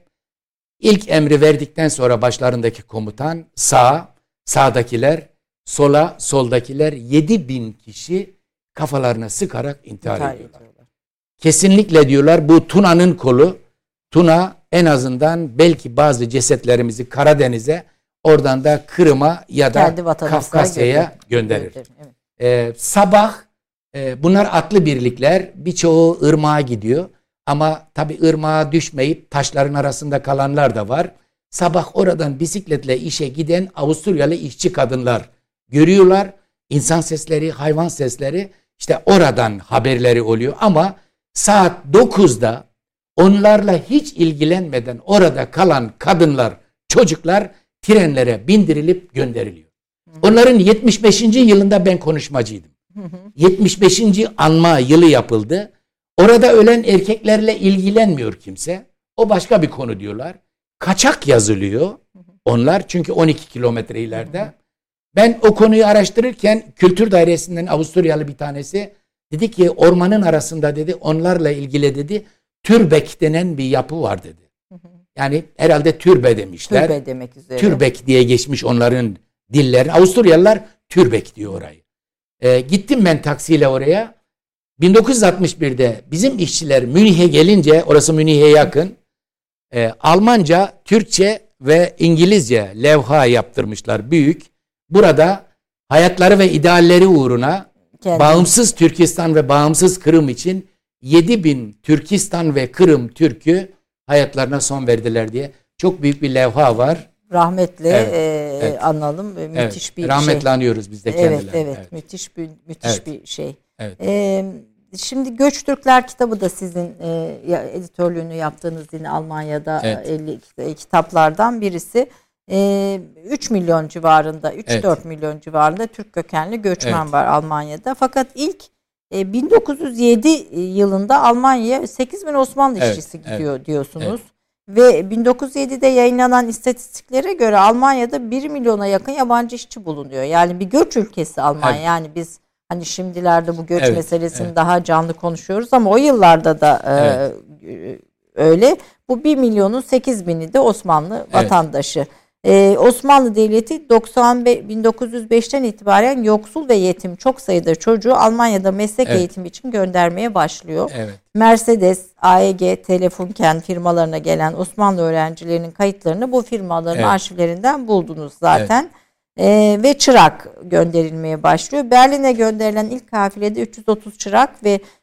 Speaker 2: ilk emri verdikten sonra başlarındaki komutan sağ, sağdakiler sola, soldakiler yedi bin kişi kafalarına sıkarak intihar, intihar ediyorlar. ediyorlar. Kesinlikle diyorlar bu Tuna'nın kolu. Tuna en azından belki bazı cesetlerimizi Karadeniz'e, oradan da Kırım'a ya da Kafkasya'ya gönderir. Evet. Ee, sabah e, bunlar atlı birlikler, birçoğu ırmağa gidiyor. Ama tabii ırmağa düşmeyip taşların arasında kalanlar da var. Sabah oradan bisikletle işe giden Avusturyalı işçi kadınlar görüyorlar. İnsan sesleri, hayvan sesleri, işte oradan haberleri oluyor. Ama saat dokuzda onlarla hiç ilgilenmeden orada kalan kadınlar, çocuklar trenlere bindirilip gönderiliyor. Onların yetmiş beşinci yılında ben konuşmacıydım. yetmiş beşinci anma yılı yapıldı. Orada ölen erkeklerle ilgilenmiyor kimse. O başka bir konu diyorlar. Kaçak yazılıyor onlar, çünkü on iki kilometre ileride. Ben o konuyu araştırırken Kültür Dairesi'nden Avusturyalı bir tanesi dedi ki ormanın arasında dedi onlarla ilgili dedi Türbek denen bir yapı var dedi. Yani herhalde türbe demişler.
Speaker 1: Türbe demek üzere.
Speaker 2: Türbek diye geçmiş onların dilleri. Avusturyalılar Türbek diyor orayı. Ee, gittim ben taksiyle oraya. bin dokuz yüz altmış birde bizim işçiler Münih'e gelince, orası Münih'e yakın, e, Almanca, Türkçe ve İngilizce levha yaptırmışlar büyük. Burada hayatları ve idealleri uğruna Kendin. bağımsız Türkistan ve bağımsız Kırım için yedi bin Türkistan ve Kırım Türk'ü hayatlarına son verdiler diye çok büyük bir levha var.
Speaker 1: Rahmetli evet, e, evet. analım. Müthiş
Speaker 2: evet,
Speaker 1: bir
Speaker 2: rahmetli
Speaker 1: şey.
Speaker 2: anıyoruz biz de kendilerini.
Speaker 1: Evet, evet, evet. Müthiş bir müthiş evet. bir şey.
Speaker 2: Evet.
Speaker 1: Ee, şimdi Göçtürkler kitabı da sizin e, editörlüğünü yaptığınız yine Almanya'da evet. elli e, kitaplardan birisi. E, üç milyon civarında, üç dört evet. milyon civarında Türk kökenli göçmen evet. var Almanya'da. Fakat ilk e, bin dokuz yüz yedi yılında Almanya'ya sekiz bin Osmanlı evet. işçisi gidiyor evet. diyorsunuz. Evet. Ve bin dokuz yüz yedide yayınlanan istatistiklere göre Almanya'da bir milyona yakın yabancı işçi bulunuyor. Yani bir göç ülkesi Almanya. Evet. Yani biz hani şimdilerde bu göç evet, meselesini evet. daha canlı konuşuyoruz ama o yıllarda da evet. e, öyle. Bu bir milyonun sekiz bini de Osmanlı evet. vatandaşı. Ee, Osmanlı Devleti doksan bin dokuz yüz beşten itibaren yoksul ve yetim çok sayıda çocuğu Almanya'da meslek evet. eğitimi için göndermeye başlıyor. Evet. Mercedes, A E G, Telefunken firmalarına gelen Osmanlı öğrencilerinin kayıtlarını bu firmaların evet. arşivlerinden buldunuz zaten. Evet. Ee, ve çırak gönderilmeye başlıyor. Berlin'e gönderilen ilk kafilede üç yüz otuz çırak ve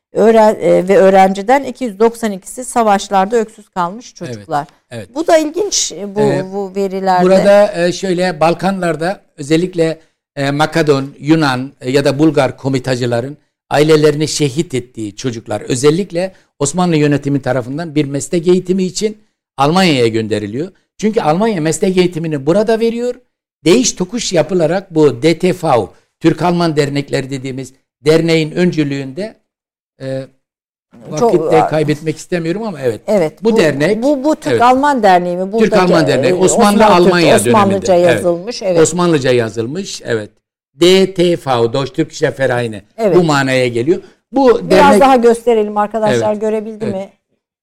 Speaker 1: öğren e, ve öğrenciden iki yüz doksan ikisi savaşlarda öksüz kalmış çocuklar.
Speaker 2: Evet, evet.
Speaker 1: Bu da ilginç bu, ee, bu verilerde.
Speaker 2: Burada şöyle Balkanlarda özellikle e, Makedon, Yunan e, ya da Bulgar komitacıların ailelerini şehit ettiği çocuklar özellikle Osmanlı yönetimi tarafından bir meslek eğitimi için Almanya'ya gönderiliyor. Çünkü Almanya meslek eğitimini burada veriyor. Değiş tokuş yapılarak bu D T V, Türk-Alman Dernekleri dediğimiz derneğin öncülüğünde e, vakit de kaybetmek istemiyorum ama evet.
Speaker 1: Evet.
Speaker 2: Bu, bu dernek
Speaker 1: bu bu Türk-Alman evet. Derneği mi? Buradaki,
Speaker 2: Türk-Alman Derneği Osmanlı Almanya döneminde.
Speaker 1: Osmanlıca yazılmış. Evet.
Speaker 2: evet. Osmanlıca yazılmış. Evet. D T V, Deutsche Türkische Vereine. Evet. Bu manaya geliyor. Bu
Speaker 1: biraz
Speaker 2: dernek...
Speaker 1: daha gösterelim arkadaşlar, evet. görebildi
Speaker 2: evet.
Speaker 1: mi?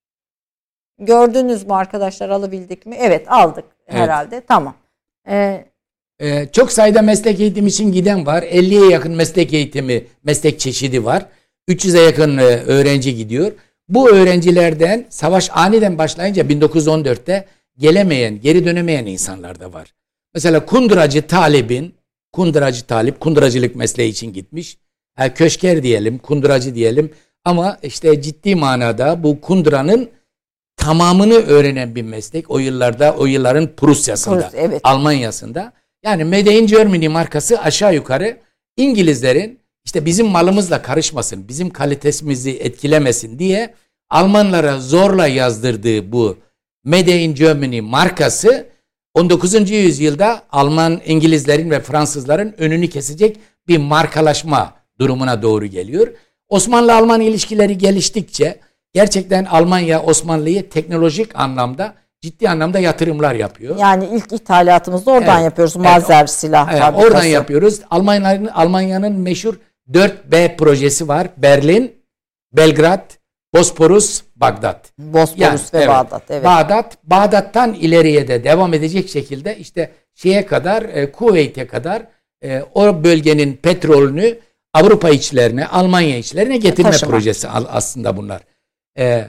Speaker 1: Gördünüz mü arkadaşlar, alabildik mi? Evet, aldık evet. herhalde. Tamam.
Speaker 2: Ee, ee, çok sayıda meslek eğitimi için giden var. elliye yakın meslek eğitimi, meslek çeşidi var. üç yüze yakın öğrenci gidiyor. Bu öğrencilerden savaş aniden başlayınca bin dokuz yüz on dörtte gelemeyen, geri dönemeyen insanlar da var. Mesela Kunduracı Talip'in, Kunduracı Talip, kunduracılık mesleği için gitmiş. Yani köşker diyelim, kunduracı diyelim. Ama işte ciddi manada bu kunduranın tamamını öğrenen bir meslek. O yıllarda, o yılların Prusya'sında, Prus, evet. Almanya'sında. Yani Made in Germany markası aşağı yukarı İngilizlerin işte bizim malımızla karışmasın, bizim kalitesimizi etkilemesin diye Almanlara zorla yazdırdığı bu Made in Germany markası on dokuzuncu yüzyılda Alman, İngilizlerin ve Fransızların önünü kesecek bir markalaşma durumuna doğru geliyor. Osmanlı-Alman ilişkileri geliştikçe gerçekten Almanya Osmanlı'yı teknolojik anlamda ciddi anlamda yatırımlar yapıyor.
Speaker 1: Yani ilk ithalatımızı oradan evet, yapıyoruz. Mazer evet, silah
Speaker 2: evet, fabrikası. Oradan yapıyoruz. Almanya'nın Almanya'nın meşhur dört B projesi var. Berlin, Belgrad, Bosporus, Bağdat.
Speaker 1: Bosporus yani, ve evet, Bağdat. Evet.
Speaker 2: Bağdat, Bağdat'tan ileriye de devam edecek şekilde işte şeye kadar, e, Kuveyt'e kadar e, o bölgenin petrolünü Avrupa içlerine, Almanya içlerine getirme Taşıma. projesi aslında bunlar. E,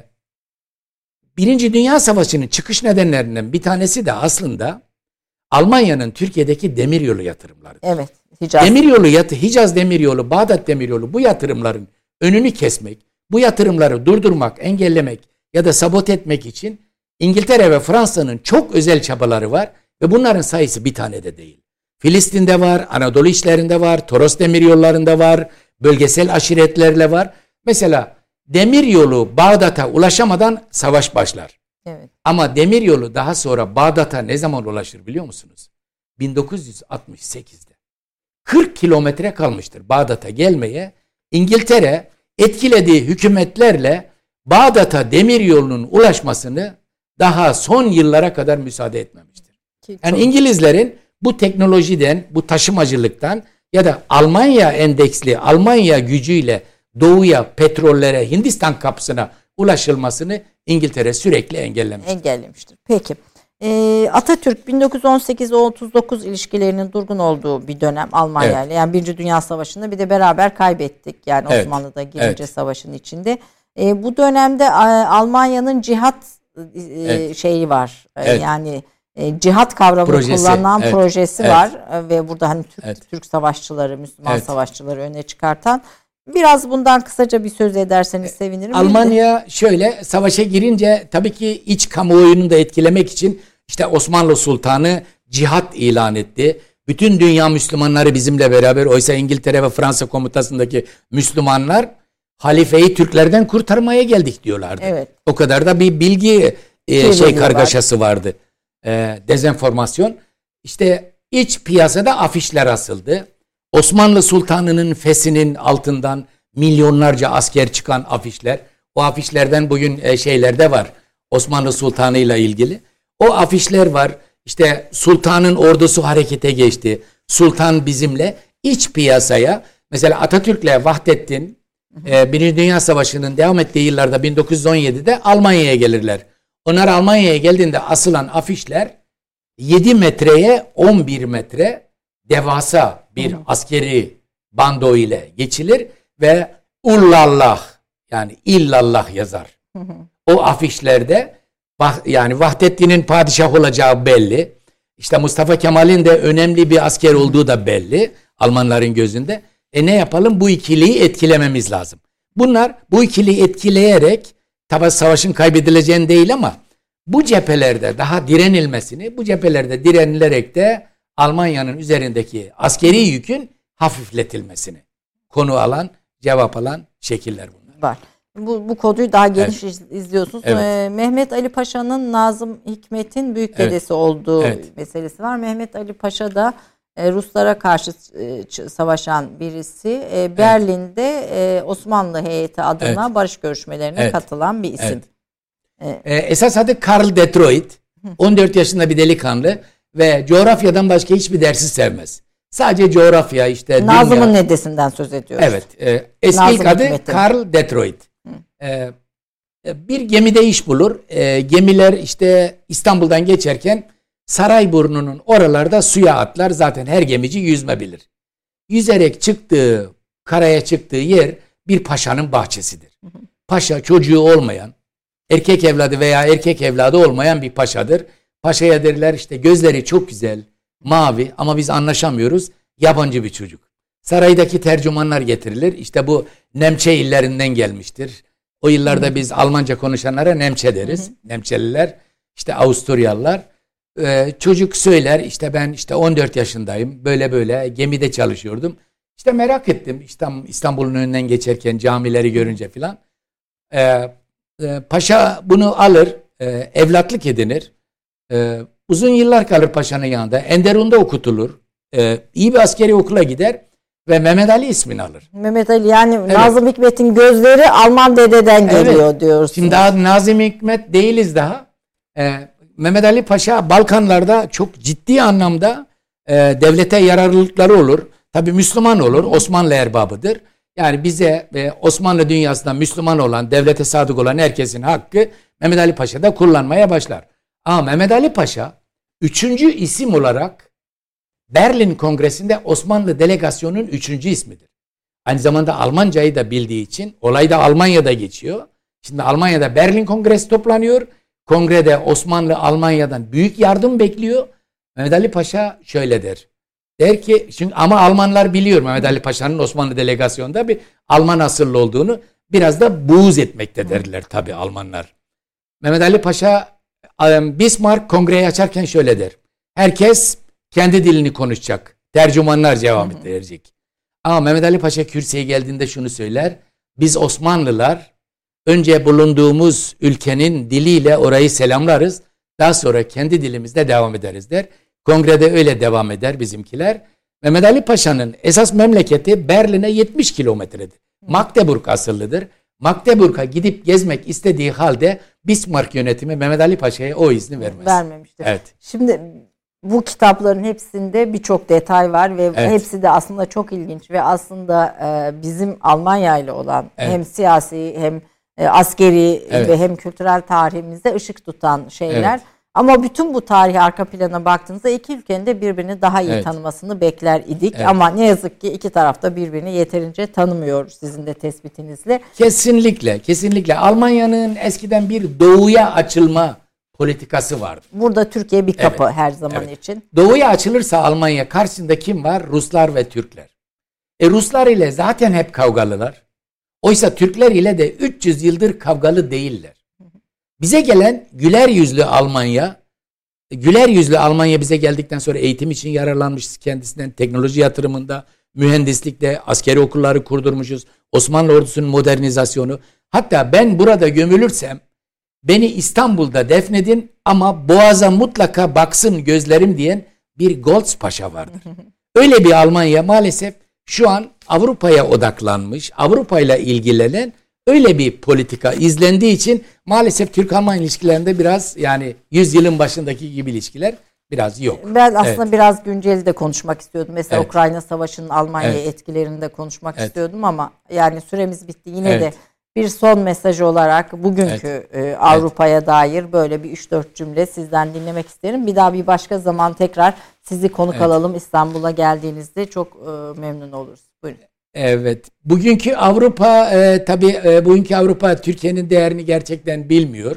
Speaker 2: Birinci Dünya Savaşı'nın çıkış nedenlerinden bir tanesi de aslında Almanya'nın Türkiye'deki demiryolu yatırımları.
Speaker 1: Evet. Hicaz.
Speaker 2: Demiryolu, Hicaz demiryolu, Bağdat demiryolu bu yatırımların önünü kesmek, bu yatırımları durdurmak, engellemek ya da sabote etmek için İngiltere ve Fransa'nın çok özel çabaları var ve bunların sayısı bir tane de değil. Filistin'de var, Anadolu içlerinde var, Toros demiryollarında var, bölgesel aşiretlerle var. Mesela demiryolu Bağdat'a ulaşamadan savaş başlar.
Speaker 1: Evet.
Speaker 2: Ama demiryolu daha sonra Bağdat'a ne zaman ulaşır biliyor musunuz? bin dokuz yüz altmış sekizde. kırk kilometre kalmıştır Bağdat'a gelmeye. İngiltere etkilediği hükümetlerle Bağdat'a demiryolunun ulaşmasını daha son yıllara kadar müsaade etmemiştir. Yani İngilizlerin bu teknolojiden, bu taşımacılıktan ya da Almanya endeksli, Almanya gücüyle doğuya, petrollere, Hindistan kapısına ulaşılmasını İngiltere sürekli engellemiştir.
Speaker 1: Engellemiştir. Peki. Ee, Atatürk bin dokuz yüz on sekiz otuz dokuz ilişkilerinin durgun olduğu bir dönem Almanya ile. Evet. Yani Birinci Dünya Savaşı'nda bir de beraber kaybettik. Yani evet. Osmanlı'da girince evet. savaşın içinde. Ee, bu dönemde e, Almanya'nın cihat e, evet. şeyi var. Evet. Yani e, cihat kavramı projesi. kullanılan evet. projesi evet. var. E, ve burada hani Türk, evet. Türk savaşçıları, Müslüman evet. savaşçıları öne çıkartan. Biraz bundan kısaca bir söz ederseniz sevinirim.
Speaker 2: Almanya şöyle savaşa girince tabii ki iç kamuoyunu da etkilemek için işte Osmanlı Sultanı cihat ilan etti. Bütün dünya Müslümanları bizimle beraber, oysa İngiltere ve Fransa komutasındaki Müslümanlar halifeyi Türklerden kurtarmaya geldik diyorlardı.
Speaker 1: Evet.
Speaker 2: O kadar da bir bilgi e, şey kargaşası vardı. E, dezenformasyon. İşte iç piyasada afişler asıldı. Osmanlı Sultanı'nın fesinin altından milyonlarca asker çıkan afişler. O afişlerden bugün e, şeylerde var. Osmanlı Sultanı ile ilgili. O afişler var. İşte Sultan'ın ordusu harekete geçti. Sultan bizimle. İç piyasaya mesela Atatürk'le Vahdettin e, Birinci Dünya Savaşı'nın devam ettiği yıllarda bin dokuz yüz on yedide Almanya'ya gelirler. Onlar Almanya'ya geldiğinde asılan afişler yedi metreye on bir metre devasa bir hı hı. askeri bando ile geçilir ve ullallah yani illallah yazar. Hı hı. O afişlerde yani Vahdettin'in padişah olacağı belli. İşte Mustafa Kemal'in de önemli bir asker olduğu da belli Almanların gözünde. E ne yapalım? Bu ikiliyi etkilememiz lazım. Bunlar bu ikiliyi etkileyerek, tabi savaşın kaybedileceğini değil ama bu cephelerde daha direnilmesini, bu cephelerde direnilerek de Almanya'nın üzerindeki askeri yükün hafifletilmesini konu alan, cevap alan şekiller bunlar.
Speaker 1: Var. Bu, bu konuyu daha geniş evet. izliyorsunuz.
Speaker 2: Evet.
Speaker 1: Ee, Mehmet Ali Paşa'nın Nazım Hikmet'in büyük dedesi evet. olduğu evet. meselesi var. Mehmet Ali Paşa da e, Ruslara karşı e, savaşan birisi. E, Berlin'de e, Osmanlı heyeti adına evet. barış görüşmelerine evet. katılan bir isim.
Speaker 2: Evet. E, Esas adı Karl Detroit. on dört yaşında bir delikanlı ve coğrafyadan başka hiçbir dersi sevmez. Sadece coğrafya işte.
Speaker 1: Nazım'ın nedesinden söz ediyoruz.
Speaker 2: Evet. E, eski Nazım ilk adı Hikmet'in. Karl Detroit. E, bir gemide iş bulur. E, gemiler işte İstanbul'dan geçerken Sarayburnu'nun oralarda suya atlar. Zaten her gemici yüzme bilir. Yüzerek çıktığı, karaya çıktığı yer bir paşanın bahçesidir. Paşa çocuğu olmayan, erkek evladı veya erkek evladı olmayan bir paşadır. Paşaya derler işte gözleri çok güzel, mavi ama biz anlaşamıyoruz. Yabancı bir çocuk. Saraydaki tercümanlar getirilir. İşte bu Nemçe illerinden gelmiştir. O yıllarda biz Almanca konuşanlara Nemçe deriz. Hı hı. Nemçeliler, işte Avusturyalılar. Ee, çocuk söyler işte ben işte on dört yaşındayım. Böyle böyle gemide çalışıyordum. İşte merak ettim İstanbul'un önünden geçerken camileri görünce filan. Ee, e, paşa bunu alır, e, evlatlık edinir. E, uzun yıllar kalır paşanın yanında. Enderun'da okutulur. E, iyi bir askeri okula gider ve Mehmet Ali ismini alır.
Speaker 1: Mehmet Ali yani evet. Nazım Hikmet'in gözleri Alman dededen geliyor evet. diyorsunuz.
Speaker 2: Şimdi daha Nazım Hikmet değiliz daha. E, Mehmet Ali Paşa Balkanlarda çok ciddi anlamda e, devlete yararlılıkları olur. Tabii Müslüman olur. Osmanlı erbabıdır. Yani bize e, Osmanlı dünyasında Müslüman olan, devlete sadık olan herkesin hakkı Mehmet Ali Paşa'da kullanmaya başlar. Ama Mehmet Ali Paşa üçüncü isim olarak Berlin Kongresi'nde Osmanlı delegasyonunun üçüncü ismidir. Aynı zamanda Almancayı da bildiği için olay da Almanya'da geçiyor. Şimdi Almanya'da Berlin Kongresi toplanıyor. Kongrede Osmanlı Almanya'dan büyük yardım bekliyor. Mehmet Ali Paşa şöyle der. Der ki çünkü ama Almanlar biliyor Mehmet Ali Paşa'nın Osmanlı delegasyonda bir Alman asıllı olduğunu, biraz da buğz etmekte derler tabii Almanlar. Mehmet Ali Paşa Bismarck kongreyi açarken şöyle der. Herkes kendi dilini konuşacak. Tercümanlar cevap verecek. Ama Mehmet Ali Paşa kürsüye geldiğinde şunu söyler. Biz Osmanlılar önce bulunduğumuz ülkenin diliyle orayı selamlarız. Daha sonra kendi dilimizde devam ederiz der. Kongrede öyle devam eder bizimkiler. Mehmet Ali Paşa'nın esas memleketi Berlin'e yetmiş kilometredir. Magdeburg asıllıdır. Magdeburg'a gidip gezmek istediği halde Bismarck yönetimi Mehmet Ali Paşa'ya o izni vermez.
Speaker 1: Vermemiştir.
Speaker 2: Evet.
Speaker 1: Şimdi bu kitapların hepsinde birçok detay var ve evet. hepsi de aslında çok ilginç ve aslında e, bizim Almanya ile olan evet. hem siyasi hem e, askeri evet. ve hem kültürel tarihimizde ışık tutan şeyler. Evet. Ama bütün bu tarihi arka plana baktığınızda iki ülkenin de birbirini daha iyi evet. tanımasını bekler idik. Evet. Ama ne yazık ki iki tarafta birbirini yeterince tanımıyor sizin de tespitinizle.
Speaker 2: Kesinlikle, kesinlikle. Almanya'nın eskiden bir doğuya açılma politikası vardı.
Speaker 1: Burada Türkiye bir kapı evet. her zaman
Speaker 2: evet.
Speaker 1: için.
Speaker 2: Doğuya açılırsa Almanya karşısında kim var? Ruslar ve Türkler. E Ruslar ile zaten hep kavgalılar. Oysa Türkler ile de üç yüz yıldır kavgalı değiller. Bize gelen güler yüzlü Almanya, güler yüzlü Almanya bize geldikten sonra eğitim için yararlanmışız kendisinden, teknoloji yatırımında, mühendislikte, askeri okulları kurdurmuşuz, Osmanlı ordusunun modernizasyonu. Hatta ben burada gömülürsem beni İstanbul'da defnedin ama Boğaz'a mutlaka baksın gözlerim diyen bir Goldspaşa vardır. Öyle bir Almanya maalesef şu an Avrupa'ya odaklanmış, Avrupa'yla ilgilenen öyle bir politika izlendiği için maalesef Türk-Alman ilişkilerinde biraz yani yüzyılın başındaki gibi ilişkiler biraz yok.
Speaker 1: Ben aslında evet. biraz günceli de konuşmak istiyordum. Mesela evet. Ukrayna Savaşı'nın Almanya'ya evet. etkilerini de konuşmak evet. istiyordum ama yani süremiz bitti. Yine evet. de bir son mesaj olarak bugünkü evet. e, Avrupa'ya evet. dair böyle bir üç dört cümle sizden dinlemek isterim. Bir daha bir başka zaman tekrar sizi konuk evet. alalım. İstanbul'a geldiğinizde çok e, memnun oluruz. Buyurun.
Speaker 2: Evet. Bugünkü Avrupa e, tabii e, bugünkü Avrupa Türkiye'nin değerini gerçekten bilmiyor.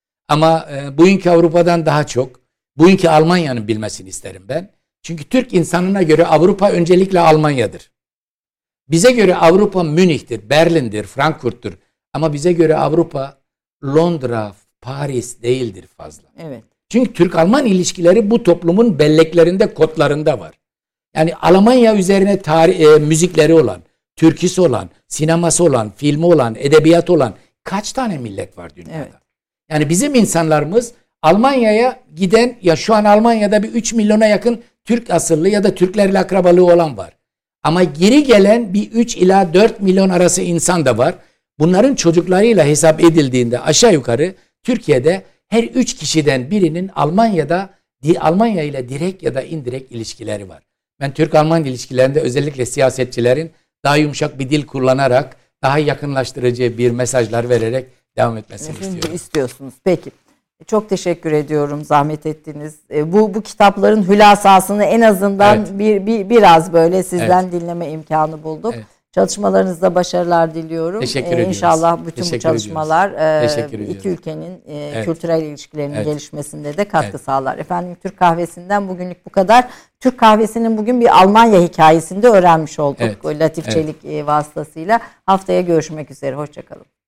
Speaker 2: Ama e, bugünkü Avrupa'dan daha çok bugünkü Almanya'nın bilmesini isterim ben. Çünkü Türk insanına göre Avrupa öncelikle Almanya'dır. Bize göre Avrupa Münih'tir, Berlin'dir, Frankfurt'tur. Ama bize göre Avrupa Londra, Paris değildir fazla.
Speaker 1: Evet.
Speaker 2: Çünkü Türk-Alman ilişkileri bu toplumun belleklerinde, kodlarında var. Yani Almanya üzerine tarih, e, müzikleri olan, türküsü olan, sineması olan, filmi olan, edebiyatı olan kaç tane millet var dünyada? Evet. Yani bizim insanlarımız Almanya'ya giden, ya şu an Almanya'da bir üç milyona yakın Türk asıllı ya da Türklerle akrabalığı olan var. Ama geri gelen bir üç ila dört milyon arası insan da var. Bunların çocuklarıyla hesap edildiğinde aşağı yukarı Türkiye'de her üç kişiden birinin Almanya'da Almanya ile direkt ya da indirekt ilişkileri var. Ben Türk-Alman ilişkilerinde özellikle siyasetçilerin daha yumuşak bir dil kullanarak, daha yakınlaştırıcı bir mesajlar vererek devam etmesini
Speaker 1: Efendim,
Speaker 2: istiyorum.
Speaker 1: İstiyorsunuz. Peki. Çok teşekkür ediyorum, zahmet ettiniz. Bu bu kitapların hülasasını en azından evet. bir, bir biraz böyle sizden evet. dinleme imkanı bulduk. Evet. Çalışmalarınızda başarılar diliyorum.
Speaker 2: Teşekkür ediyoruz.
Speaker 1: İnşallah bütün
Speaker 2: Teşekkür
Speaker 1: bu çalışmalar e, iki ülkenin e,
Speaker 2: evet.
Speaker 1: kültürel ilişkilerinin evet. gelişmesinde de katkı
Speaker 2: evet.
Speaker 1: sağlar. Efendim, Türk Kahvesi'nden bugünlük bu kadar. Türk Kahvesi'nin bugün bir Almanya hikayesini de öğrenmiş olduk. Evet. Latif evet. Çelik vasıtasıyla. Haftaya görüşmek üzere. Hoşça kalın.